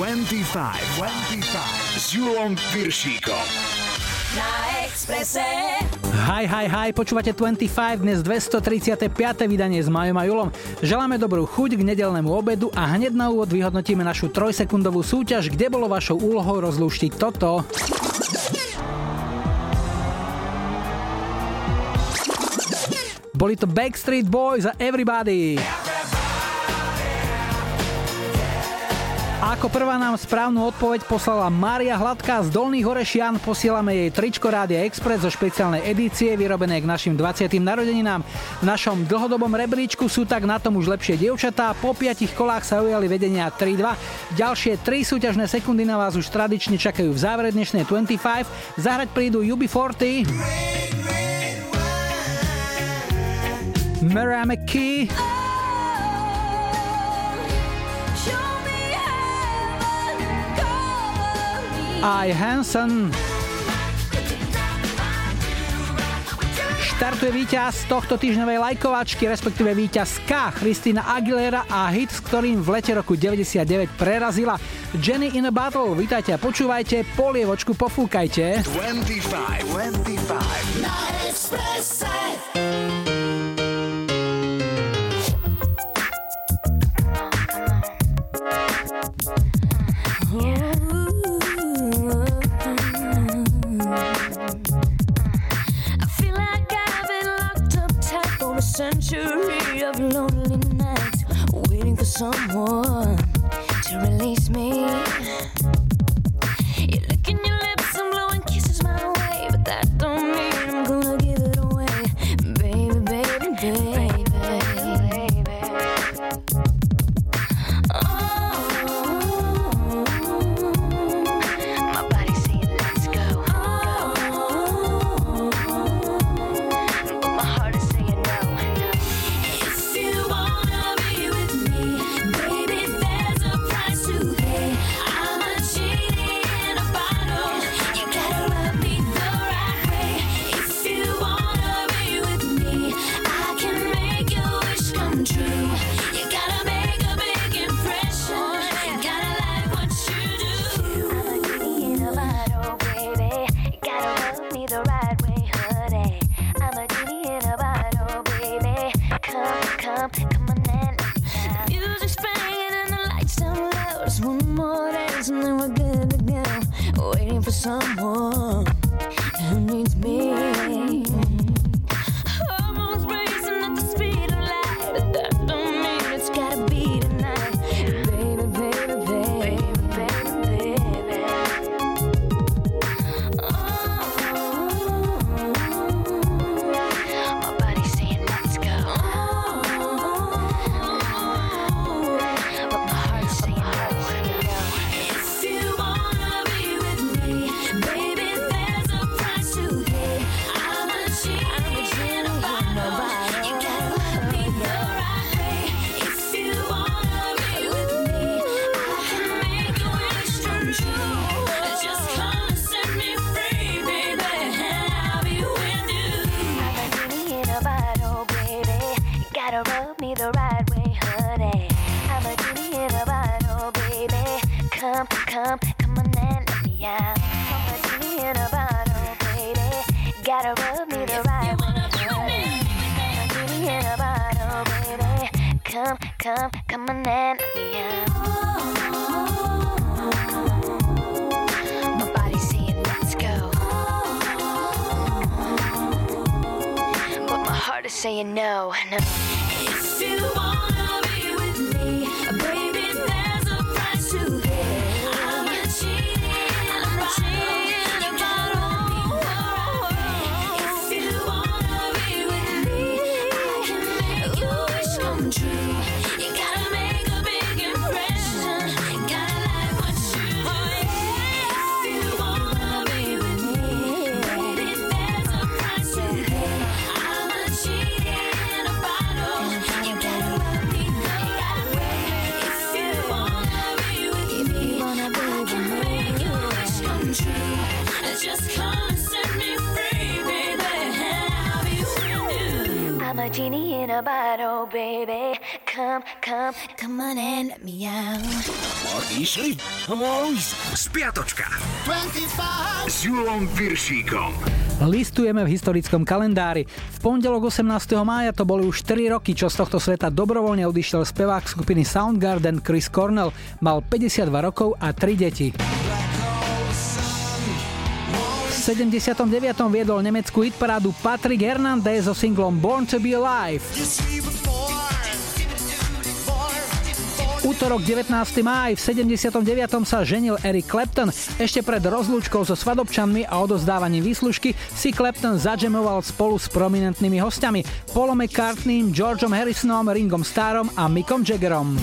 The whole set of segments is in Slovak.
s Julom Piršíkom. Na Expresse. Hi, počúvate 25, dnes 235. vydanie s Majom a Julom. Želáme dobrú chuť k nedeľnému obedu a hneď na úvod vyhodnotíme našu 3-sekundovú súťaž, kde bolo vašou úlohou rozlúštiť toto. Boli to Backstreet Boys a Everybody. A ako prvá nám správnu odpoveď poslala Mária Hladká z Dolných Horešian. Posielame jej tričko Rádia Express zo špeciálnej edície vyrobené k našim 20. narodeninám. V našom dlhodobom rebríčku sú tak na tom už lepšie dievčatá. Po 5 kolách sa ujali vedenia 3-2. Ďalšie 3 súťažné sekundy na vás už tradične čakajú v závere dnešnej 25. Zahrať prídu UB40, Mariah McKee aj Hanson. Štartuje víťaz tohto týždňovej lajkovačky, respektíve víťazka Christina Aguilera a hit, s ktorým v lete roku 99 prerazila Jenny in a Bottle. Vítajte a počúvajte, polievočku pofúkajte. 25 na Expresse. Century of lonely nights, waiting for someone to release me. You're licking your lips and blowing kisses my way, but that don't mean I'm gonna give it away, baby, baby, baby, baby. Oh, my body's saying let's go. But my heart is saying no. For someone who needs me. Hormones racing at the speed of light, but that don't mean it's gotta be tonight. Baby, baby, baby, baby, baby. Oh, my body's saying let's go. But my heart's saying no. If you wanna be with me, baby, there's a price to pay. I'm a genie in a bottle. You gotta love me the right way. If you wanna be with me, I can make your wish come true. Just come and set me free, baby, and I'll be with you. I'm a genie in a bottle, baby. You gotta rub me the right way, honey. I'm a genie in a bottle, baby. Come on and let me out. I'm a genie in a bottle, baby. Gotta rub me the right way. I'm a genie in a bottle, baby. Come on and let me out. My body's saying let's go, but my heart is saying no, no. If you wanna be with me, baby, there's a price to pay. I'm a genie in a bottle. If you wanna be with me, I can make your wish come true. You gotta make a big impression. Gotta like what you do. If you wanna be with me, baby, there's a price to pay. I'm a genie in a bottle. You gotta love me the right way. If you wanna be with me, I can make your wish come true. Just come and set me free, baby, and I'll be with you. I'm a genie in a bottle, baby. Come on and let me out. Išli? Spiatočka 25 s Julom Viršíkom. Listujeme v historickom kalendári. V pondelok 18. mája to boli už 4 roky, čo z tohto sveta dobrovoľne odišiel spevák skupiny Soundgarden Chris Cornell. Mal 52 rokov a 3 deti. V 79. viedol nemeckú hitparádu Patrick Hernandez so singlom Born to be Alive. Útorok 19. máj v 79. sa ženil Eric Clapton. Ešte pred rozlúčkou so svadobčanmi a odozdávaním výslužky si Clapton zadžemoval spolu s prominentnými hostiami Paulom McCartneym, Georgeom Harrisonom, Ringom Starrom a Mickom Jaggerom.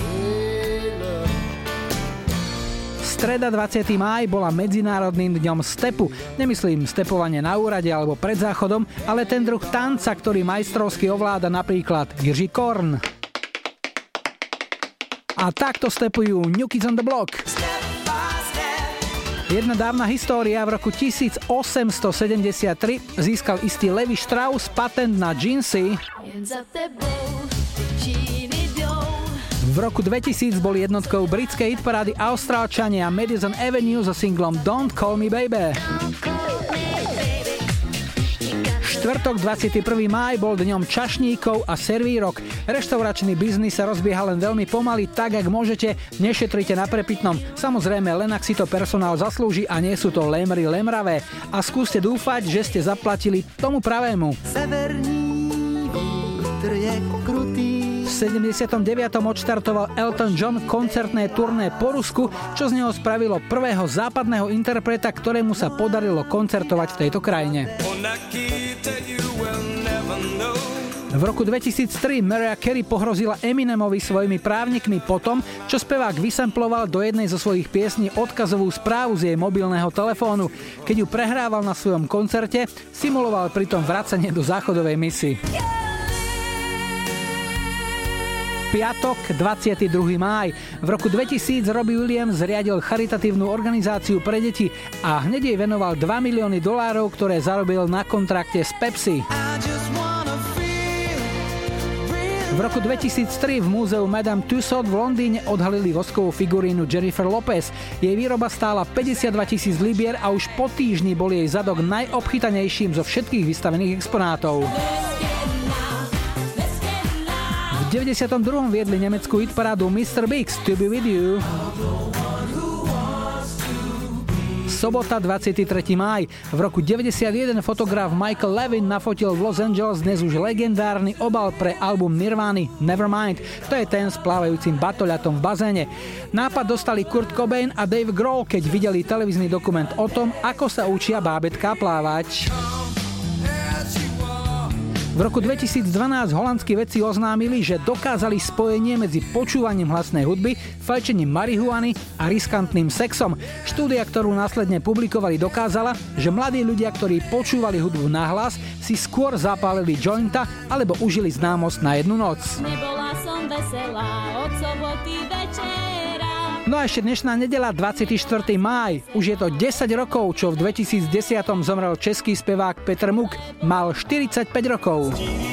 Streda 20. máj bola Medzinárodným dňom stepu. Nemyslím stepovanie na úrade alebo pred záchodom, ale ten druh tanca, ktorý majstrovsky ovláda napríklad Jiří Korn. A takto stepujú New Kids on the Block. Jedna dávna história, v roku 1873 získal istý Levi Strauss patent na džínsy. V roku 2000 boli jednotkou britskej hitparády Austrálčania Madison Avenue so singlom Don't Call Me Baby. Štvrtok 21. máj bol dňom čašníkov a servírok. Reštauračný biznis sa rozbieha len veľmi pomaly, tak ak môžete, nešetrite na prepitnom. Samozrejme, len ak si to personál zaslúži a nie sú to lemry lemravé. A skúste dúfať, že ste zaplatili tomu pravému. Severní vítr je krutý. V 79. odštartoval Elton John koncertné turné po Rusku, čo z neho spravilo prvého západného interpreta, ktorému sa podarilo koncertovať v tejto krajine. V roku 2003 Mariah Carey pohrozila Eminemovi svojimi právnikmi potom, čo spevák vysamploval do jednej zo svojich piesní odkazovú správu z jej mobilného telefónu. Keď ju prehrával na svojom koncerte, simuloval pritom vracanie do záchodovej misy. Piatok, 22. máj. V roku 2000 Robbie Williams zriadil charitatívnu organizáciu pre deti a hneď jej venoval $2 milióny, ktoré zarobil na kontrakte s Pepsi. V roku 2003 v múzeu Madame Tussauds v Londýne odhalili voskovú figurínu Jennifer Lopez. Jej výroba stála 52 000 libier a už po týždni bol jej zadok najobchytanejším zo všetkých vystavených exponátov. V 92. viedli nemeckú hitparádu Mr. Biggs To Be With You. Sobota, 23. máj. V roku 91 fotograf Michael Levin nafotil v Los Angeles dnes už legendárny obal pre album Nirvány Nevermind. To je ten s plávajúcim batoľatom v bazéne. Nápad dostali Kurt Cobain a Dave Grohl, keď videli televízny dokument o tom, ako sa učia bábätká plávať. V roku 2012 holandskí vedci oznámili, že dokázali spojenie medzi počúvaním hlasnej hudby, fajčením marihuany a riskantným sexom. Štúdia, ktorú následne publikovali, dokázala, že mladí ľudia, ktorí počúvali hudbu nahlas, si skôr zapálili jointa alebo užili známosť na jednu noc. Nebola som veselá od soboty večera. No a ešte dnešná nedeľa, 24. máj. Už je to 10 rokov, čo v 2010 zomrel český spevák Petr Muk. Mal 45 rokov.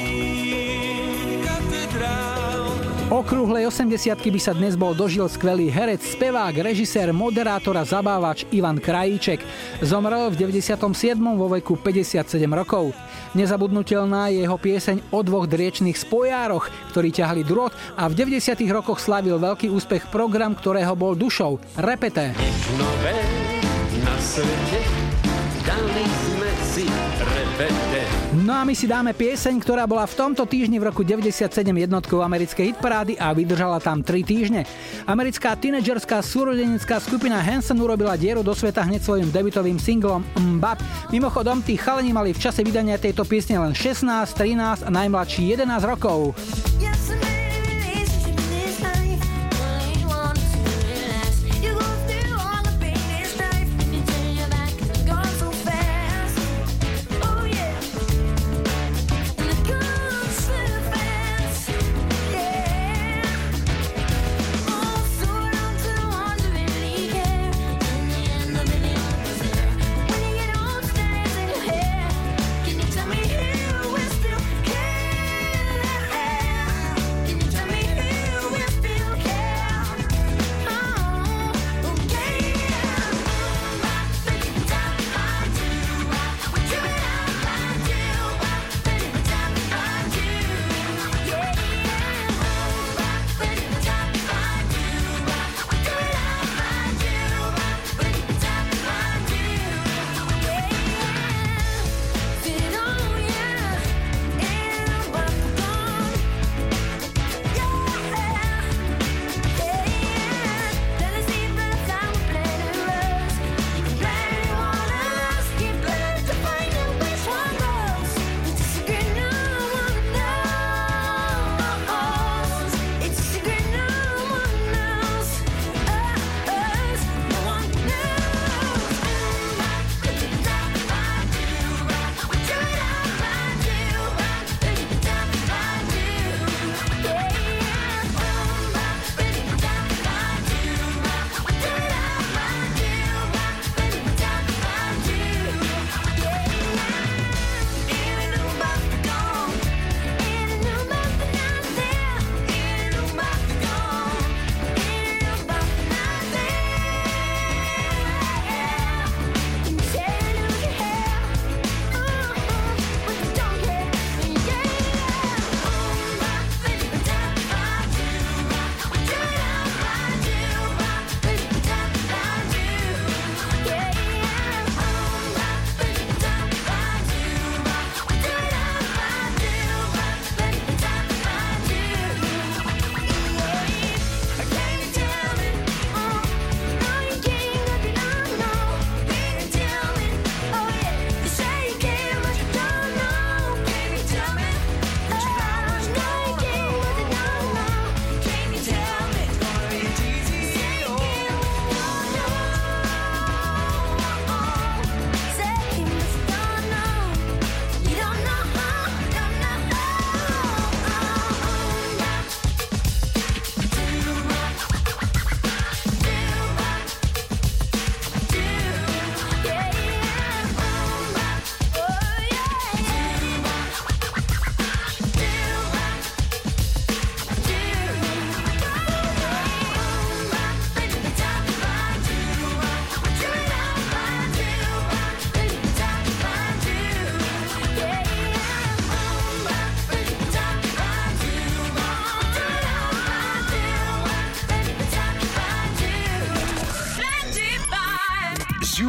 Okrúhlej 80-ky by sa dnes bol dožil skvelý herec, spevák, režisér, moderátor a zabávač Ivan Krajíček. Zomrel v 97. vo veku 57 rokov. Nezabudnutelná je jeho pieseň o dvoch driečnych spojároch, ktorí ťahali drôt, a v 90. rokoch slávil veľký úspech program, ktorého bol dušou Repete. Nové na svete, dali sme si repete. No a my si dáme pieseň, ktorá bola v tomto týždni v roku 97 jednotkou americkej hitparády a vydržala tam 3 týždne. Americká tínedžerská súrodenecká skupina Hanson urobila dieru do sveta hneď svojim debutovým singlom Mbap. Mimochodom, tí chalani mali v čase vydania tejto piesne len 16, 13 a najmladší 11 rokov.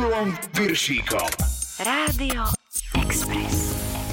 Julom Piršíkom. Rádio Express.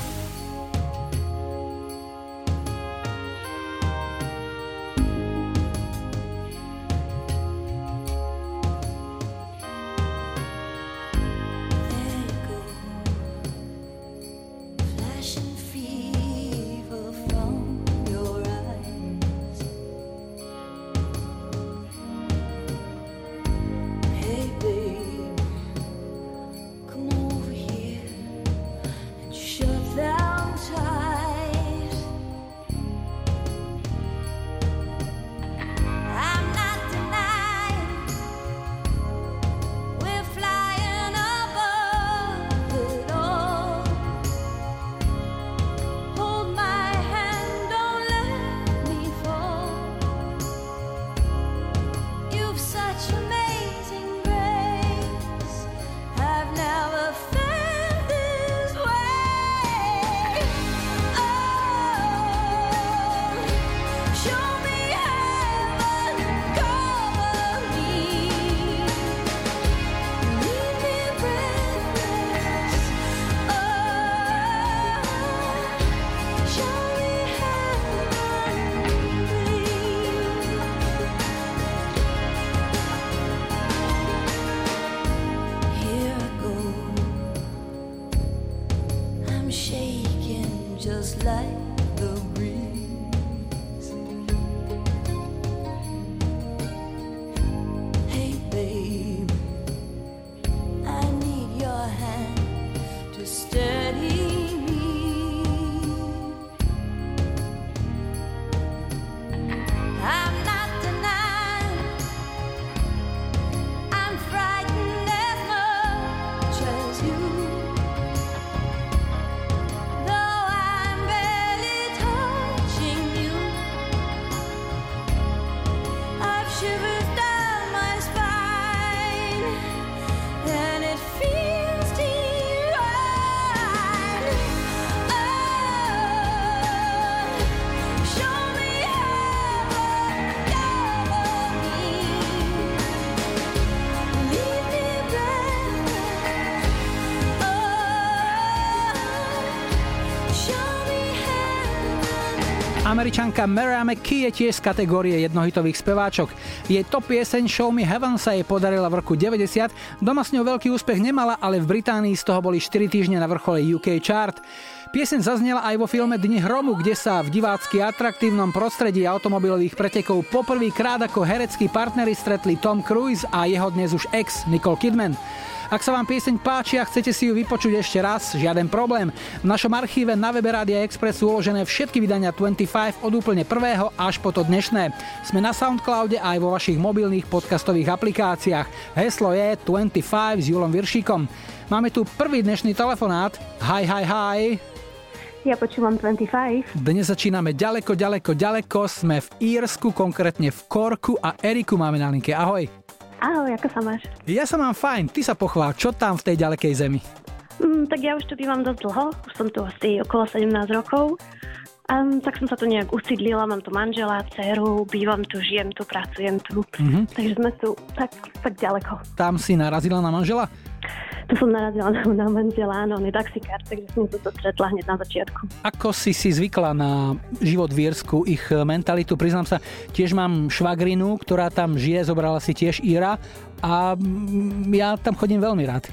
Američanka Mariah McKee je tiež z kategórie jednohitových speváčok. Jej top pieseň Show Me Heaven sa jej podarila v roku 90, doma s ňou veľký úspech nemala, ale v Británii z toho boli 4 týždne na vrchole UK chart. Pieseň zaznela aj vo filme Dni hromu, kde sa v divácky atraktívnom prostredí automobilových pretekov poprvýkrát ako hereckí partneri stretli Tom Cruise a jeho dnes už ex Nicole Kidman. Ak sa vám pieseň páči a chcete si ju vypočuť ešte raz, žiaden problém. V našom archíve na webe Rádia Express sú uložené všetky vydania 25 od úplne prvého až po to dnešné. Sme na Soundcloude aj vo vašich mobilných podcastových aplikáciách. Heslo je 25 s Julom Viršíkom. Máme tu prvý dnešný telefonát. Hi. Ja počúvam 25. Dnes začíname ďaleko. Sme v Írsku, konkrétne v Corku a Eriku máme na linke. Ahoj. Ahoj, ako sa máš? Ja sa mám fajn, ty sa pochvál, čo tam v tej ďalekej zemi? Tak ja už tu bývam dosť dlho, už som tu asi okolo 17 rokov. Tak som sa tu nejak usídlila, mám tu manžela, dceru, bývam tu, žijem tu, pracujem tu. Takže sme tu tak ďaleko. Tam si narazila na manžela? Tu som narazila na manžela, áno, on je taxikár, takže som sa to stretla hneď na začiatku. Ako si zvykla na život v Írsku, ich mentalitu? Priznám sa, tiež mám švagrinu, ktorá tam žije, zobrala si tiež Íra a ja tam chodím veľmi rád.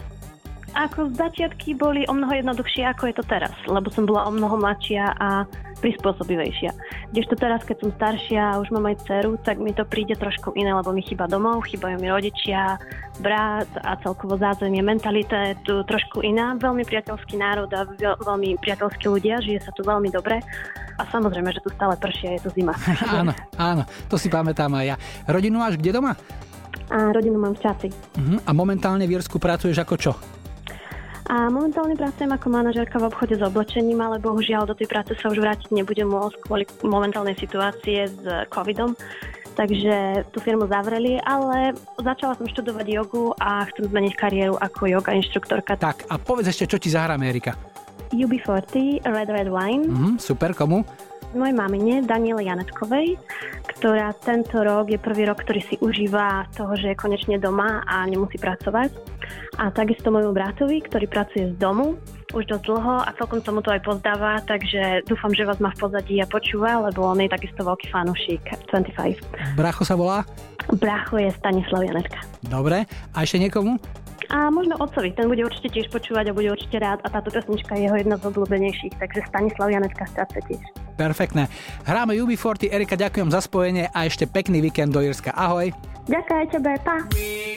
Ako začiatky boli o mnoho jednoduchšie, ako je to teraz, lebo som bola o mnoho mladšia a prispôsobivejšia. Kdežto teraz, keď som staršia a už mám aj dceru, tak mi to príde trošku iné, lebo mi chýba domov, chýbajú mi rodičia, brat a celkovo zázemie, mentalita je tu trošku iná. Veľmi priateľský národ a veľmi priateľskí ľudia, žije sa tu veľmi dobre a samozrejme, že tu stále pršie, je tu zima. Áno, to si pamätám aj ja. Rodinu máš kde doma? A rodinu mám v Časi. A momentálne v Írsku pracuješ ako čo? A momentálne pracujem ako manažérka v obchode s oblečením, ale bohužiaľ do tej práce sa už vrátiť nebudem môcť kvôli momentálnej situácie s covidom. Takže tú firmu zavreli, ale začala som študovať jogu a chcem zmeniť kariéru ako yoga inštruktorka. Tak a povedz ešte, čo ti zahráme, Erika? UB40, Red Wine. Super, komu? Mojej mamine, Daniele Janetkovej, ktorá tento rok je prvý rok, ktorý si užíva toho, že je konečne doma a nemusí pracovať. A takisto môjmu bratovi, ktorý pracuje z domu už dosť dlho a celkom sa mu to aj pozdáva, takže dúfam, že vás má v pozadí a počúva, lebo on je takisto veľký fanúšik 25. Bracho sa volá? Bracho je Stanislav Janetka. Dobre, a ešte niekomu? A možno otcovi, ten bude určite tiež počúvať a bude určite rád a táto pesnička je jeho jedna z obľúbenejších, takže Stanislav Janetka stále tiež. Perfektné. Hráme UB40, Erika, ďakujem za spojenie a ešte pekný víkend do Írska. Ahoj. Ďakujem tebe, pa.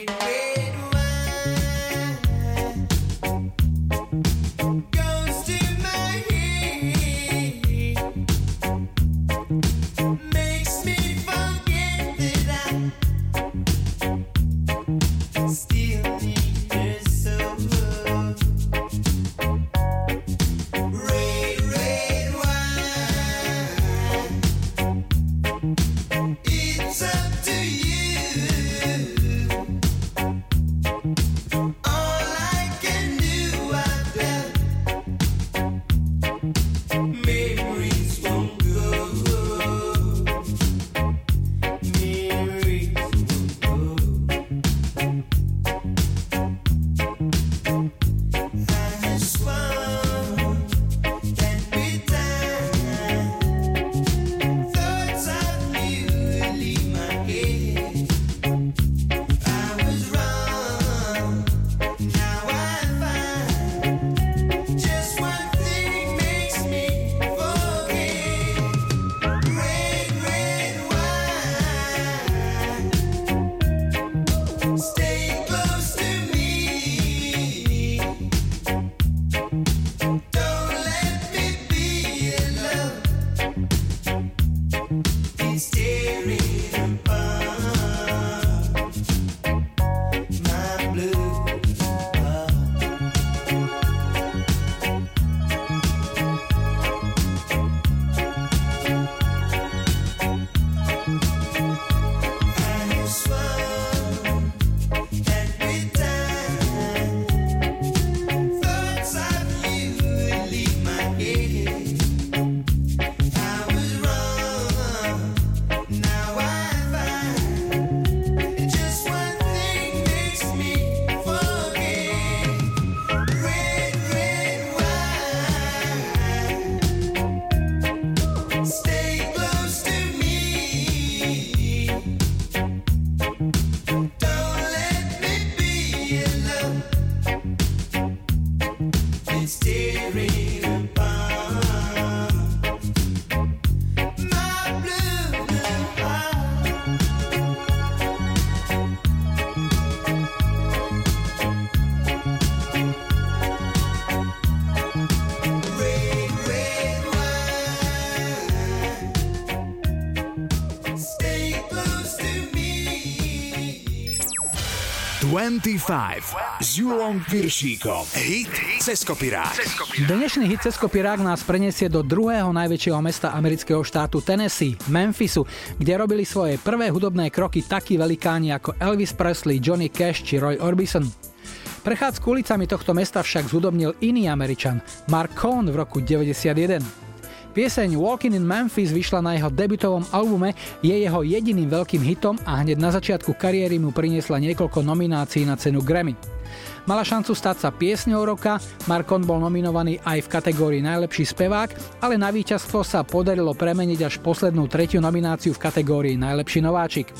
S Julom Piršíkom. Hit cez kopirák. Dnešný hit cez kopirák nás preniesie do druhého najväčšieho mesta amerického štátu Tennessee, Memphisu, kde robili svoje prvé hudobné kroky takí velikáni ako Elvis Presley, Johnny Cash či Roy Orbison. Prechádzku ulicami tohto mesta však zhudobnil iný Američan, Mark Cohn v roku 91. Pieseň Walking in Memphis vyšla na jeho debutovom albume, je jeho jediným veľkým hitom a hneď na začiatku kariéry mu priniesla niekoľko nominácií na cenu Grammy. Mala šancu stať sa piesňou roka, Mark Cohn bol nominovaný aj v kategórii najlepší spevák, ale na víťazstvo sa podarilo premeniť až poslednú tretiu nomináciu v kategórii najlepší nováčik.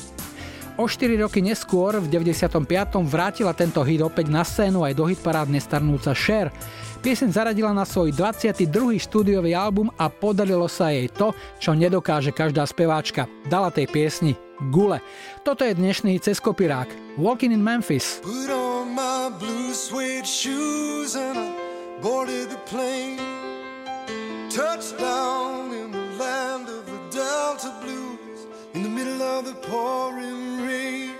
O 4 roky neskôr, v 95. vrátila tento hit opäť na scénu aj do hitparád nestarnúca Cher. Pieseň zaradila na svoj 22. štúdiový album a podarilo sa jej to, čo nedokáže každá speváčka. Dala tej piesni gule. Toto je dnešný cez kopirák. Walking in Memphis. Put on my blue suede shoes and I boarded the plane. Touchdown in the land of the Delta Blues in the middle of the pouring rain.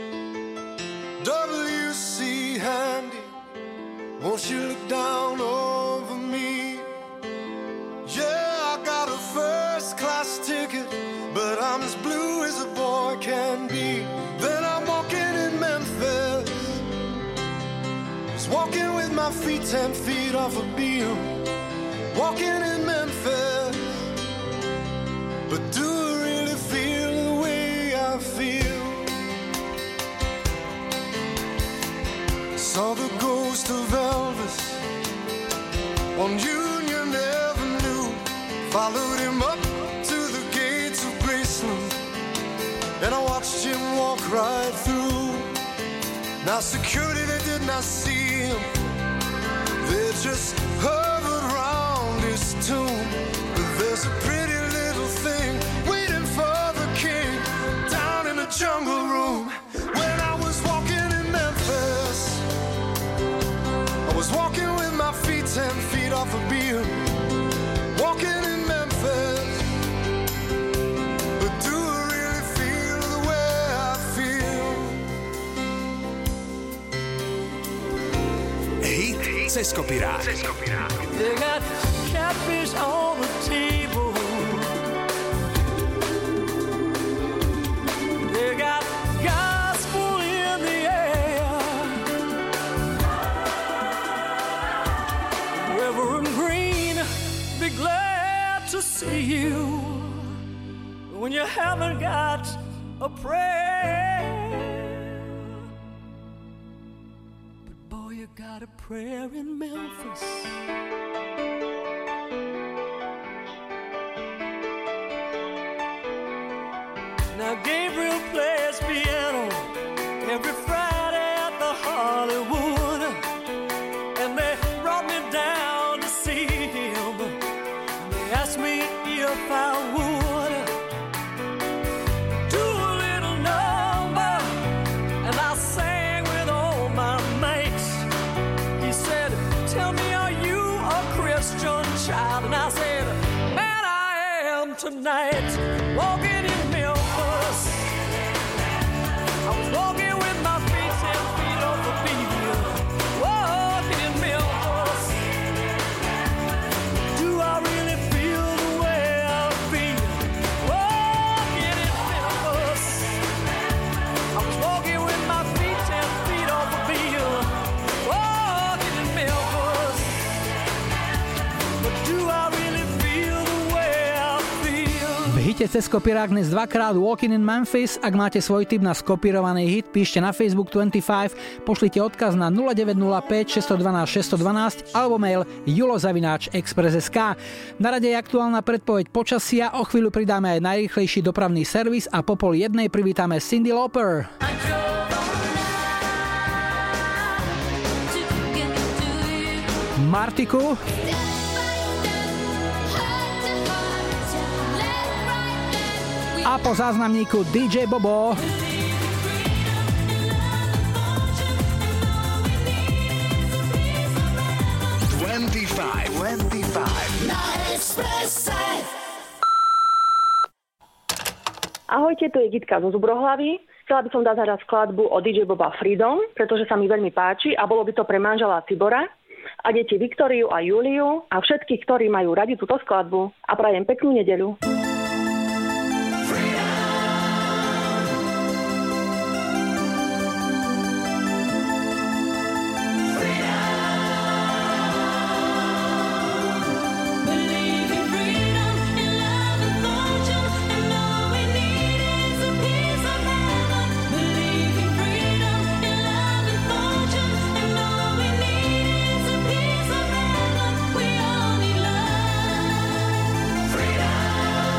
W.C. Handy, won't you look down over me? Yeah, I got a first class ticket, but I'm as blue as a boy can be. Then I'm walking in Memphis, just walking with my feet 10 feet off a beam. Walking in Memphis, but do I really feel the way I feel? Saw and I watched him walk right through. Now security, they did not see him. They just hovered around his tomb. But there's a pretty little thing waiting for the king down in the jungle room. When I was walking in Memphis, I was walking with my feet 10 feet off a beam. Walking in Memphis, but do I really feel the way I feel? Hit cez kopirát. They got catfish on the table. They got gospel in the air. Reverend Green, be glad to see you when you haven't got a prayer. But boy, you got a prayer in Memphis. Now Gabriel plays piano every Friday at the Hollywood, and they brought me down to see him. They asked me if I would do a little number, and I sang with all my mates. He said, "Tell me, are you a Christian child?" And I said, "Man, I am tonight." Walking in Memphis, I was walking with my feet 10 feet off the beat. Walking in Memphis, do I really feel the way I feel? Walking in Memphis, I was walking with my feet 10 feet off the beat. Walking in Memphis, but do I really feel the way I feel? V hite cez kopirák dnes dvakrát Walking in Memphis. Ak máte svoj tip na skopírovaný hit, píšte na Facebook 25, pošlite odkaz na 0905 612 612 alebo mail julo@express.sk. Na rade je aktuálna predpoveď počasia, o chvíľu pridáme aj najrýchlejší dopravný servis a po 12:30 privítame Cyndi Lauper. Martiku a po záznamníku DJ Bobo. Ahojte, tu je Gitka zo Zubrohlavy. Chcela by som dať zahrať skladbu od DJ Boba Freedom, pretože sa mi veľmi páči a bolo by to pre manžela Tibora a deti Viktóriu a Juliu a všetkých, ktorí majú radi túto skladbu. A prajem peknú nedeľu. Freedom!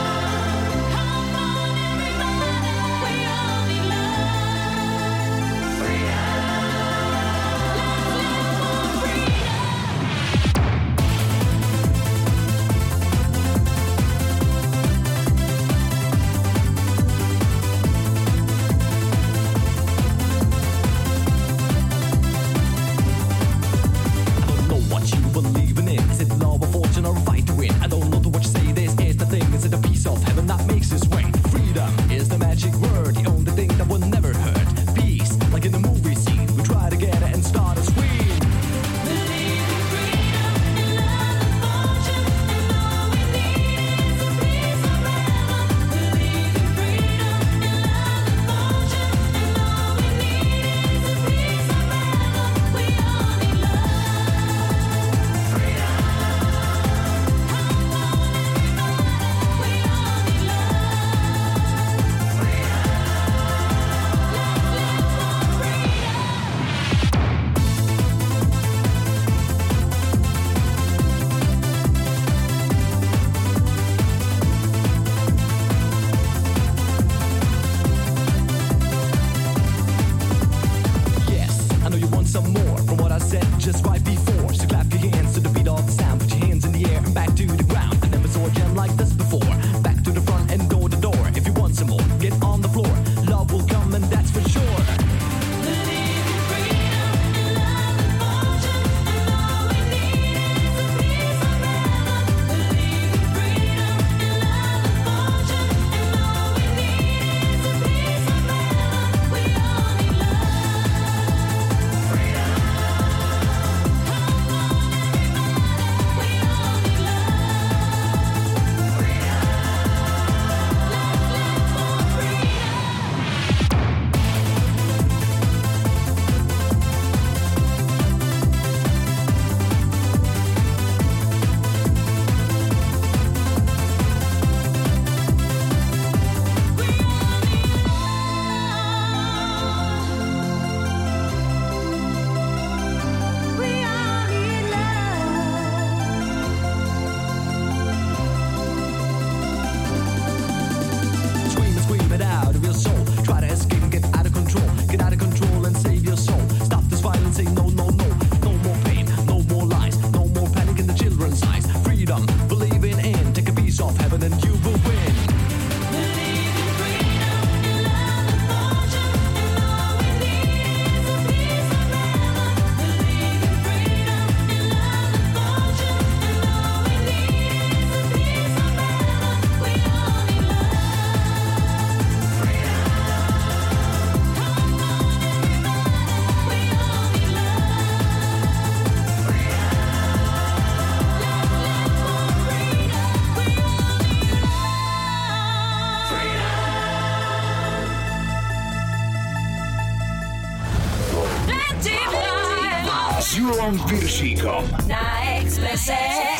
Julom Piršíkom. Na Expresse.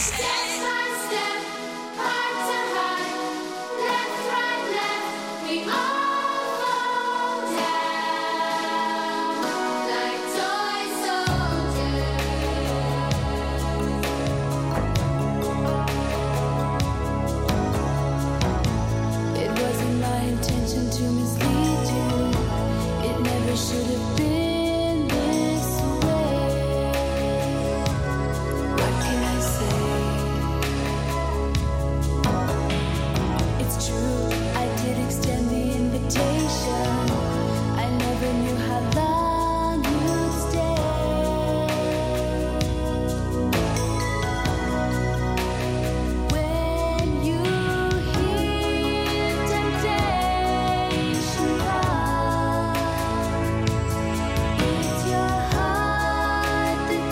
Should have been this way. What can I say? It's true, I did extend the invitation. I never knew how long you'd stay. When you hear temptation call, it's your heart that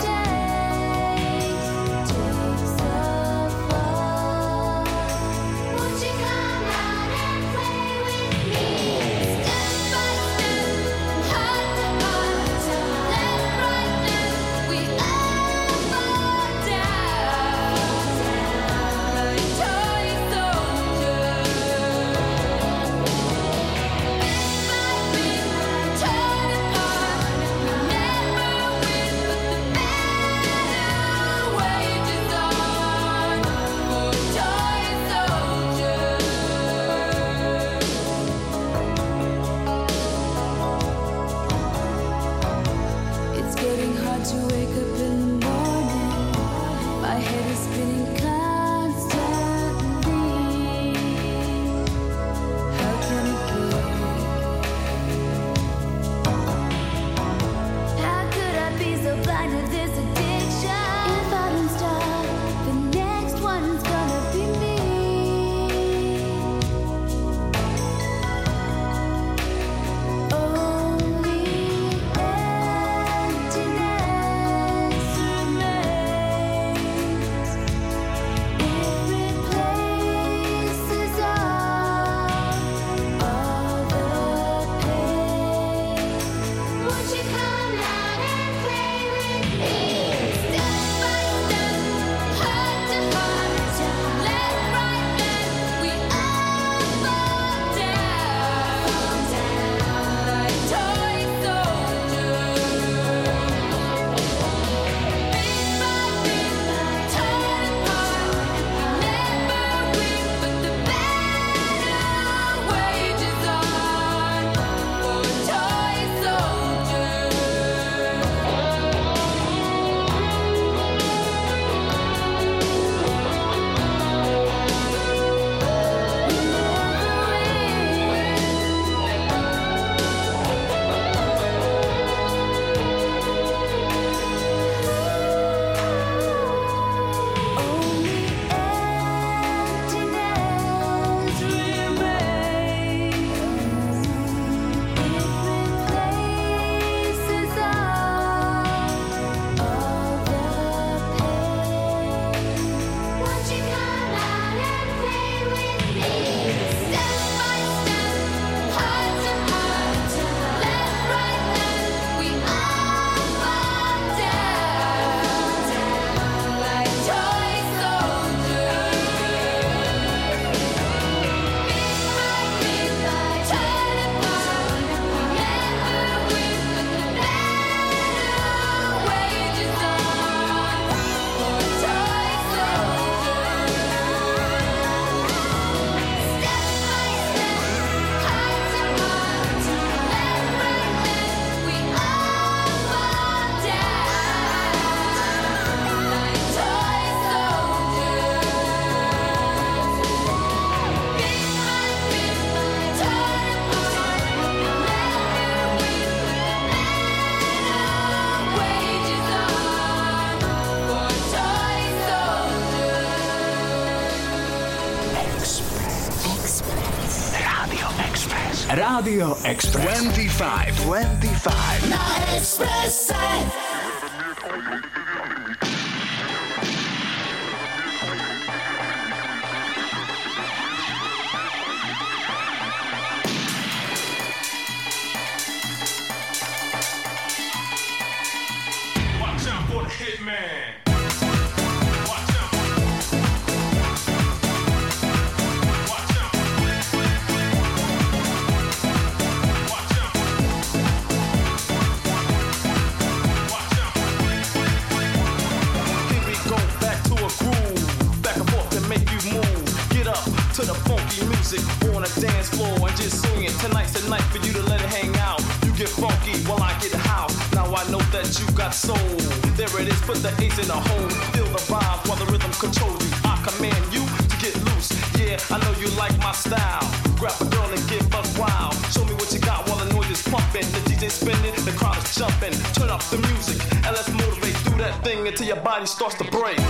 takes a fall. Won't you come out and play with me? Step by step, heart to heart, left, right, left, we all fall down like toy soldiers. Bit by bit, torn apart, we never win, but the battle wages on for toy soldiers. It's getting hard to wake up in the morning. My head is spinning constantly. How can it be? How could I be so blind to this addiction? If I don't stop, the next one's gonna be me. Only emptiness remains. It replaces all the pain. Won't you come out and play with me? Step by step, heart to heart, left, right, left, we all fall down like toy soldiers. Bit by bit, torn apart, never win, but the battle wages on for toy soldiers. Only emptiness remains. It replaces all the pain. Won't you come out and play with me? Step by step, heart to heart, left, right, left, we all fall down like toy soldiers. Bit by bit, torn apart, never win, but the battle wages on for toy soldiers. Step by step, heart to heart, left, right, left, we all fall down like toy soldiers. Bit by bit, torn apart, never win, but the battle wages on for toy soldiers. Rádio Express. Rádio Express. 25. Na Expresse. Watch out for the To the funky music on a dance floor and just swing it. Tonight's the night for you to let it hang out. You get funky while I get house. Now I know that you got soul. There it is, put the ace in the hole. Feel the vibe while the rhythm controls you. I command you to get loose. Yeah, I know you like my style. Grab a girl and get buck wild. Show me what you got while the noise is pumping. The DJ spinning, the crowd is jumping. Turn up the music and let's motivate. Do that thing until your body starts to break.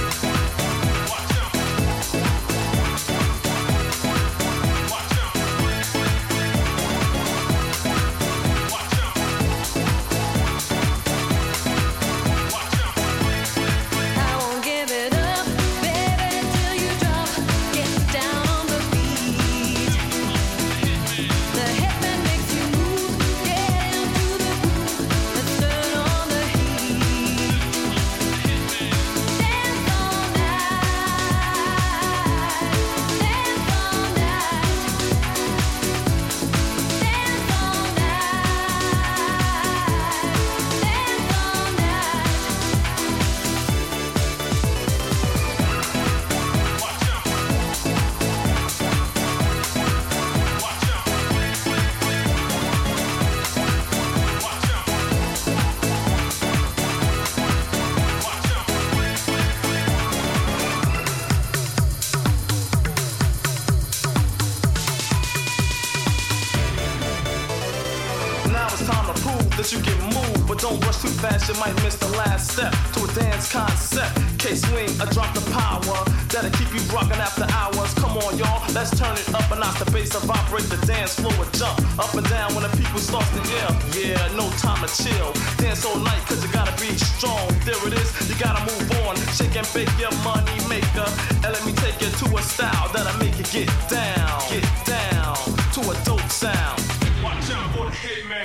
that you can move, but don't rush too fast, you might miss the last step to a dance concept. K-swing, a drop the power that'll keep you rocking after hours. Come on, y'all, let's turn it up and out the bass to vibrate the dance floor and jump up and down when the people start to yell. Yeah, no time to chill. Dance all night, cause you gotta be strong. There it is, you gotta move on. Shake and bake your money maker. And let me take you to a style that'll make you get down to a dope sound. Watch out for the hitman.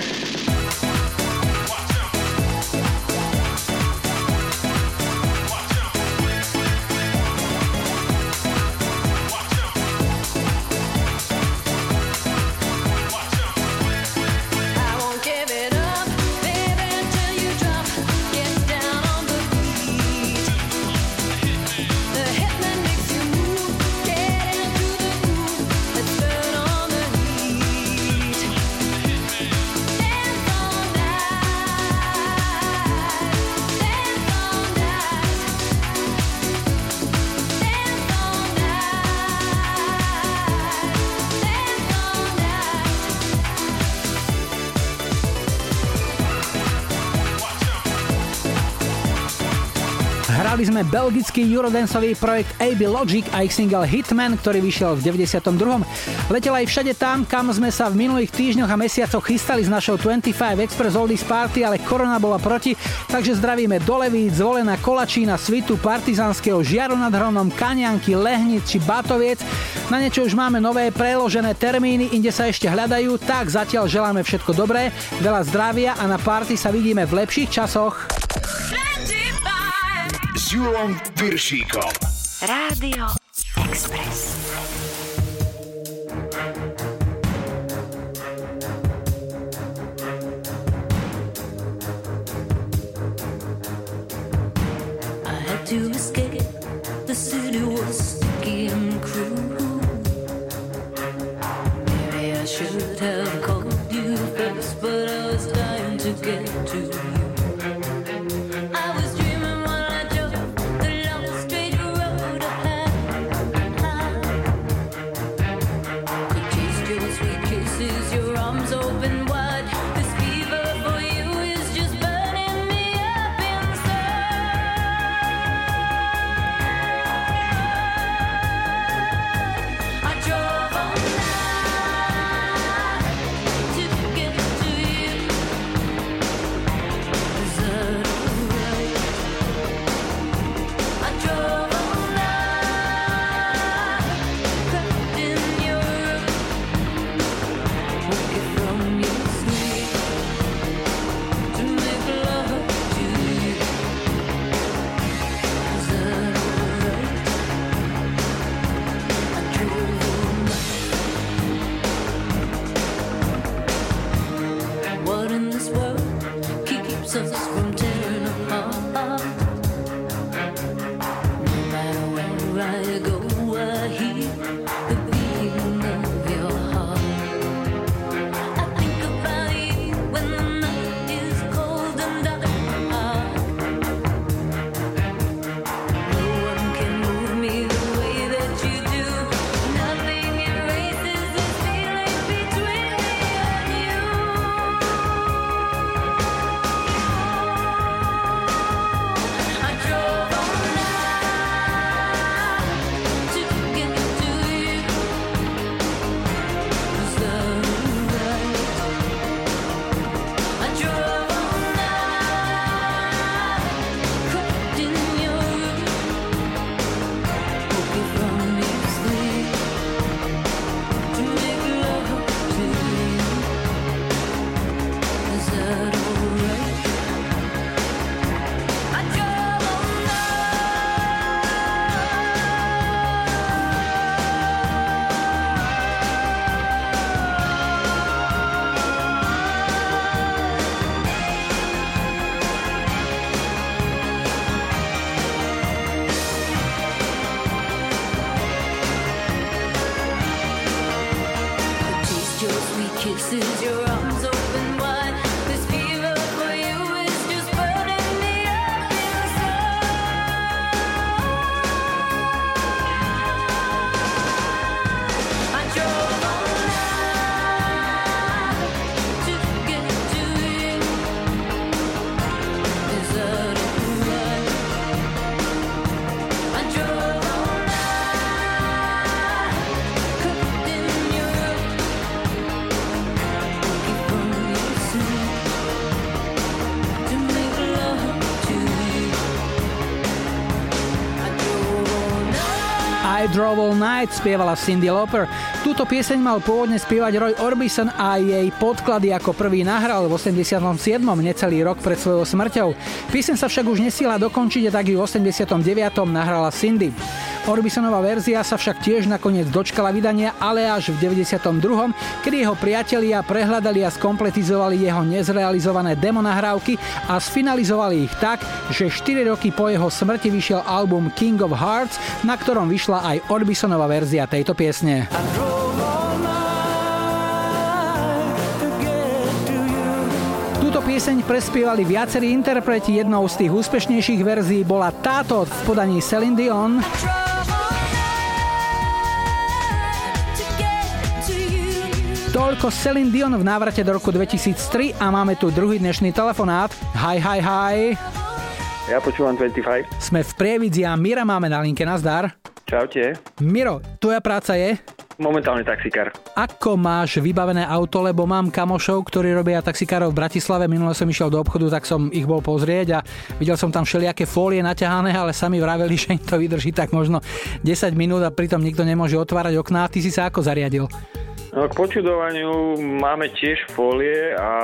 Hrali sme belgický eurodanceový projekt AB Logic a ich single Hitman, ktorý vyšiel v 92. Letel aj všade tam, kam sme sa v minulých týždňoch a mesiacoch chystali s našou 25 Express Oldies Party, ale korona bola proti, takže zdravíme do Levíc, Zvolená, Kolačína, Svitu, Partizanského, Žiaru nad Hronom, Kaňanky, Lehnic či Batoviec. Na niečo už máme nové preložené termíny, inde sa ešte hľadajú, tak zatiaľ želáme všetko dobré, veľa zdravia a na party sa vidíme v lepších časoch. S Júlom Piršíkom. Rádio Express. I had to escape. The city was sticky and cruel. Maybe I should have called you first, but I was dying to get to you. I was dreaming while I drove the long straight road ahead. kisses, your arms open wide. This fever for you is just burning me up inside. I drove all night to get to you. Deserted moonlight. I drove all night, cooked in your room, looking for you soon to make love to you. I drove all night. I Drove All Night spievala Cyndi Lauper. Túto pieseň mal pôvodne spievať Roy Orbison a jej podklady ako prvý nahral v 87. necelý rok pred svojou smrťou. Pieseň sa však už nestihla dokončiť a tak ju v 89. nahrala Cyndi. Orbisonová verzia sa však tiež nakoniec dočkala vydania, ale až v 92., kedy jeho priatelia prehľadali a skompletizovali jeho nezrealizované demo nahrávky a sfinalizovali ich tak, že 4 roky po jeho smrti vyšiel album King of Hearts, na ktorom vyšla aj Orbisonová verzia tejto piesne. Túto pieseň prespievali viacerí interpreti, jednou z tých úspešnejších verzií bola táto v podaní Celine Dion. Toľko Celine Dion v návrate do roku 2003 a máme tu druhý dnešný telefonát. Hi. Ja počúvam 25. Sme v Prievidzi a Mira máme na linke, nazdar. Čaute. Miro, tvoja práca je? Momentálne taxikár. Ako máš vybavené auto, lebo mám kamošov, ktorí robia taxikárov v Bratislave. Minule som išiel do obchodu, tak som ich bol pozrieť a videl som tam všelijaké fólie naťahané, ale sami vraveli, že im to vydrží tak možno 10 minút a pritom nikto nemôže otvárať okná. Ty si sa ako zariadil? No, k počudovaniu máme tiež fólie a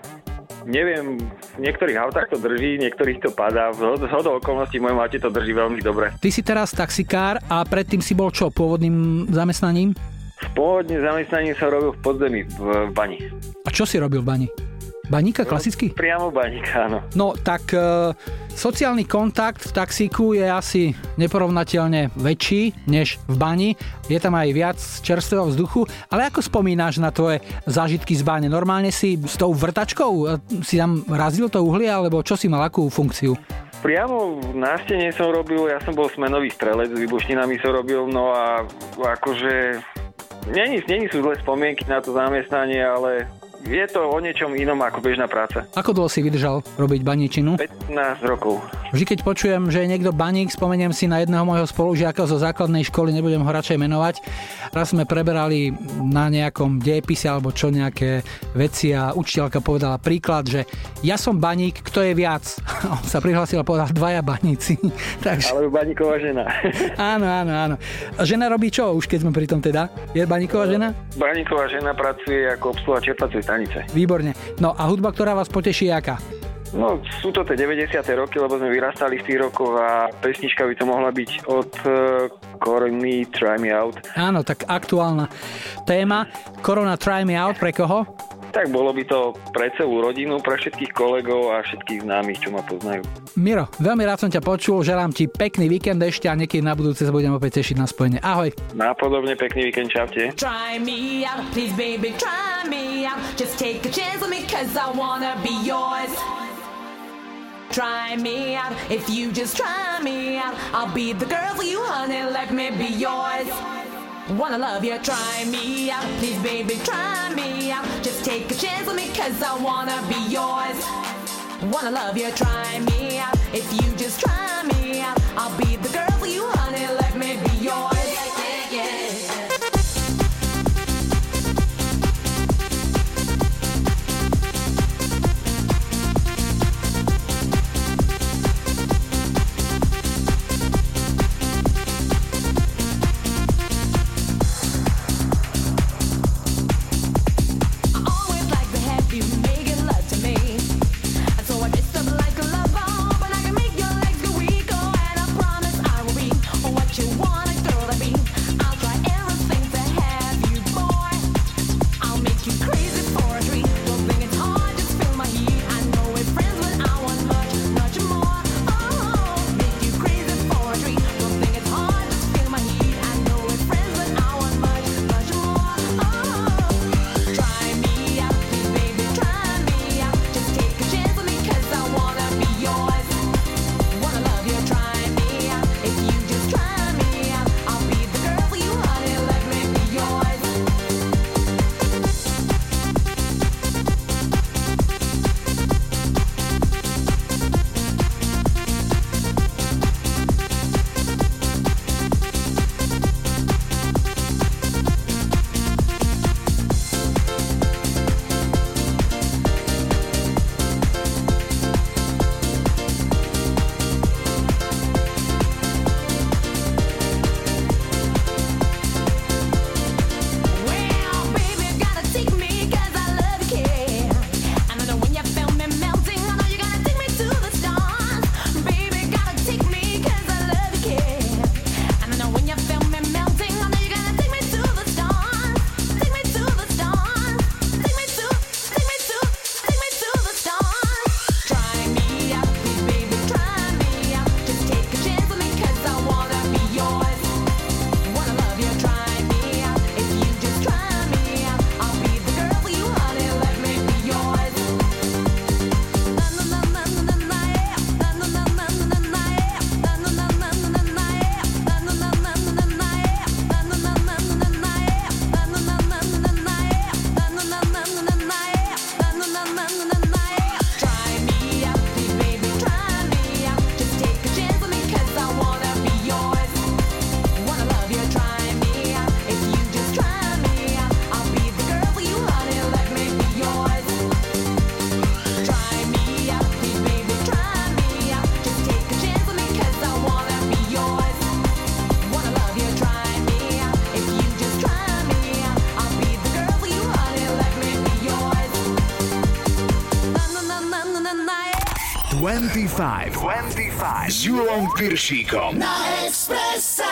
neviem, v niektorých autách to drží, niektorých to padá. Zhodou okolností v mojom aute to drží veľmi dobre. Ty si teraz taxikár a predtým si bol čo, pôvodným zamestnaním? Pôvodným zamestnaním som robil v podzemí, v bani. A čo si robil v bani? Baníka, klasicky? Priamo baníka, áno. No, tak sociálny kontakt v taxíku je asi neporovnateľne väčší než v bani. Je tam aj viac čerstvého vzduchu. Ale ako spomínaš na tvoje zážitky z báne? Normálne si s tou vrtačkou si tam razil to uhlie, alebo čo si mal, akú funkciu? Priamo na stene som robil, ja som bol smenový strelec, s výbušninami som robil, no a akože není sú zlé spomienky na to zamestnanie, ale je to o niečom inom ako bežná práca. Ako dlho si vydržal robiť baníčinu? 15 rokov. Vždy, keď počujem, že je niekto baník, spomeniem si na jedného môjho spolužiaka zo základnej školy, nebudem ho radšej menovať. Raz sme preberali na nejakom dejepise alebo čo nejaké veci a učiteľka povedala príklad, že ja som baník, kto je viac? On sa prihlásil a povedal 2 baníci. Takže... Alebo baníková žena. Áno. Žena robí čo už, keď sme pri tom teda? Je baníková žena? Baníková žena pracuje ako obsluha čerpacej stanice. Výborne. No a hudba, ktorá vás poteší, aká? No, sú to tie 90. roky, lebo sme vyrastali z tých rokov a pesnička by to mohla byť od Korony Try Me Out. Áno, tak aktuálna téma. Korona Try Me Out, pre koho? Tak bolo by to pre celú rodinu, pre všetkých kolegov a všetkých známych, čo ma poznajú. Miro, veľmi rád som ťa počul, želám ti pekný víkend ešte a niekedy na budúce sa budem opäť tešiť na spojenie. Ahoj. Napodobne pekný víkend, čaute. Try me out, please baby, try me out. Just take a chance with me cause I wanna be yours. Try me out, if you just try me out, I'll be the girl for you, honey, let me be yours. Wanna love you, try me out, please baby, try me out. Just take a chance with me cause I wanna be yours. Wanna love you, try me out, if you just try me out, I'll be the girl for you, honey, let me be yours. 25 s Julom Piršíkom Na Expresse.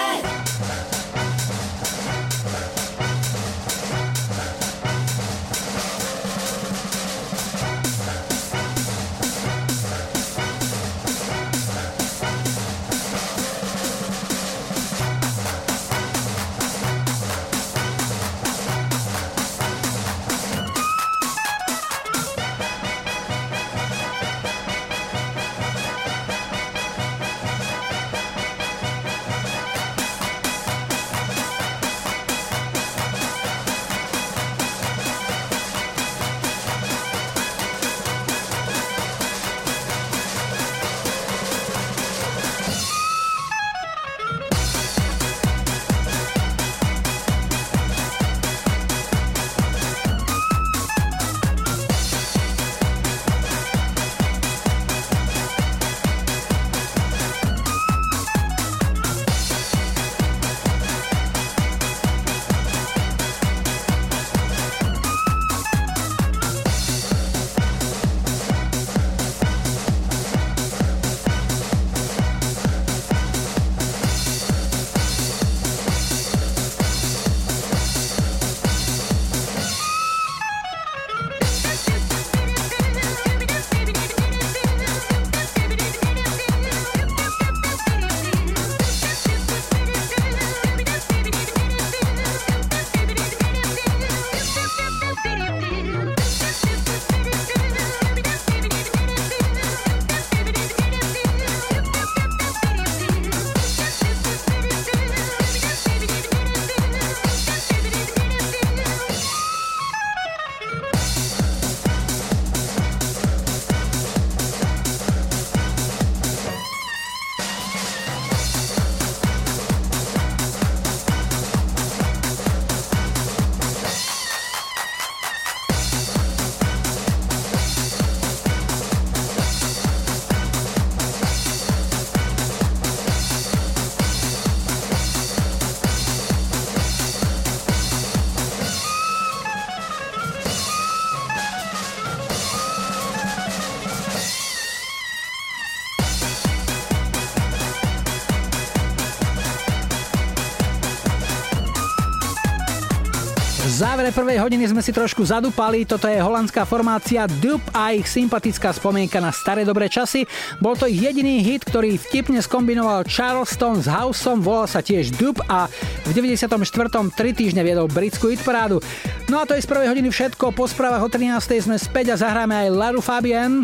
V závere prvej hodiny sme si trošku zadupali, toto je holandská formácia Dub a ich sympatická spomienka na staré dobré časy. Bol to ich jediný hit, ktorý vtipne skombinoval Charleston s houseom, volal sa tiež Dub a v 94. 3 týždne viedol britskú hitparádu. No a to je z prvej hodiny všetko, po správach o 13. sme späť a zahráme aj Laru Fabian.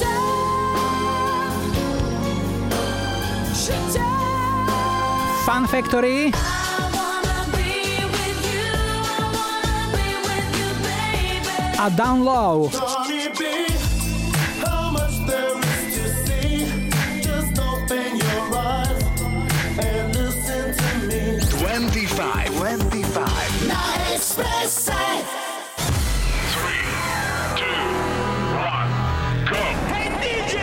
Fun Factory a Down Low. 25 Na Expresse. 3, 2, 1, go! Hey DJ!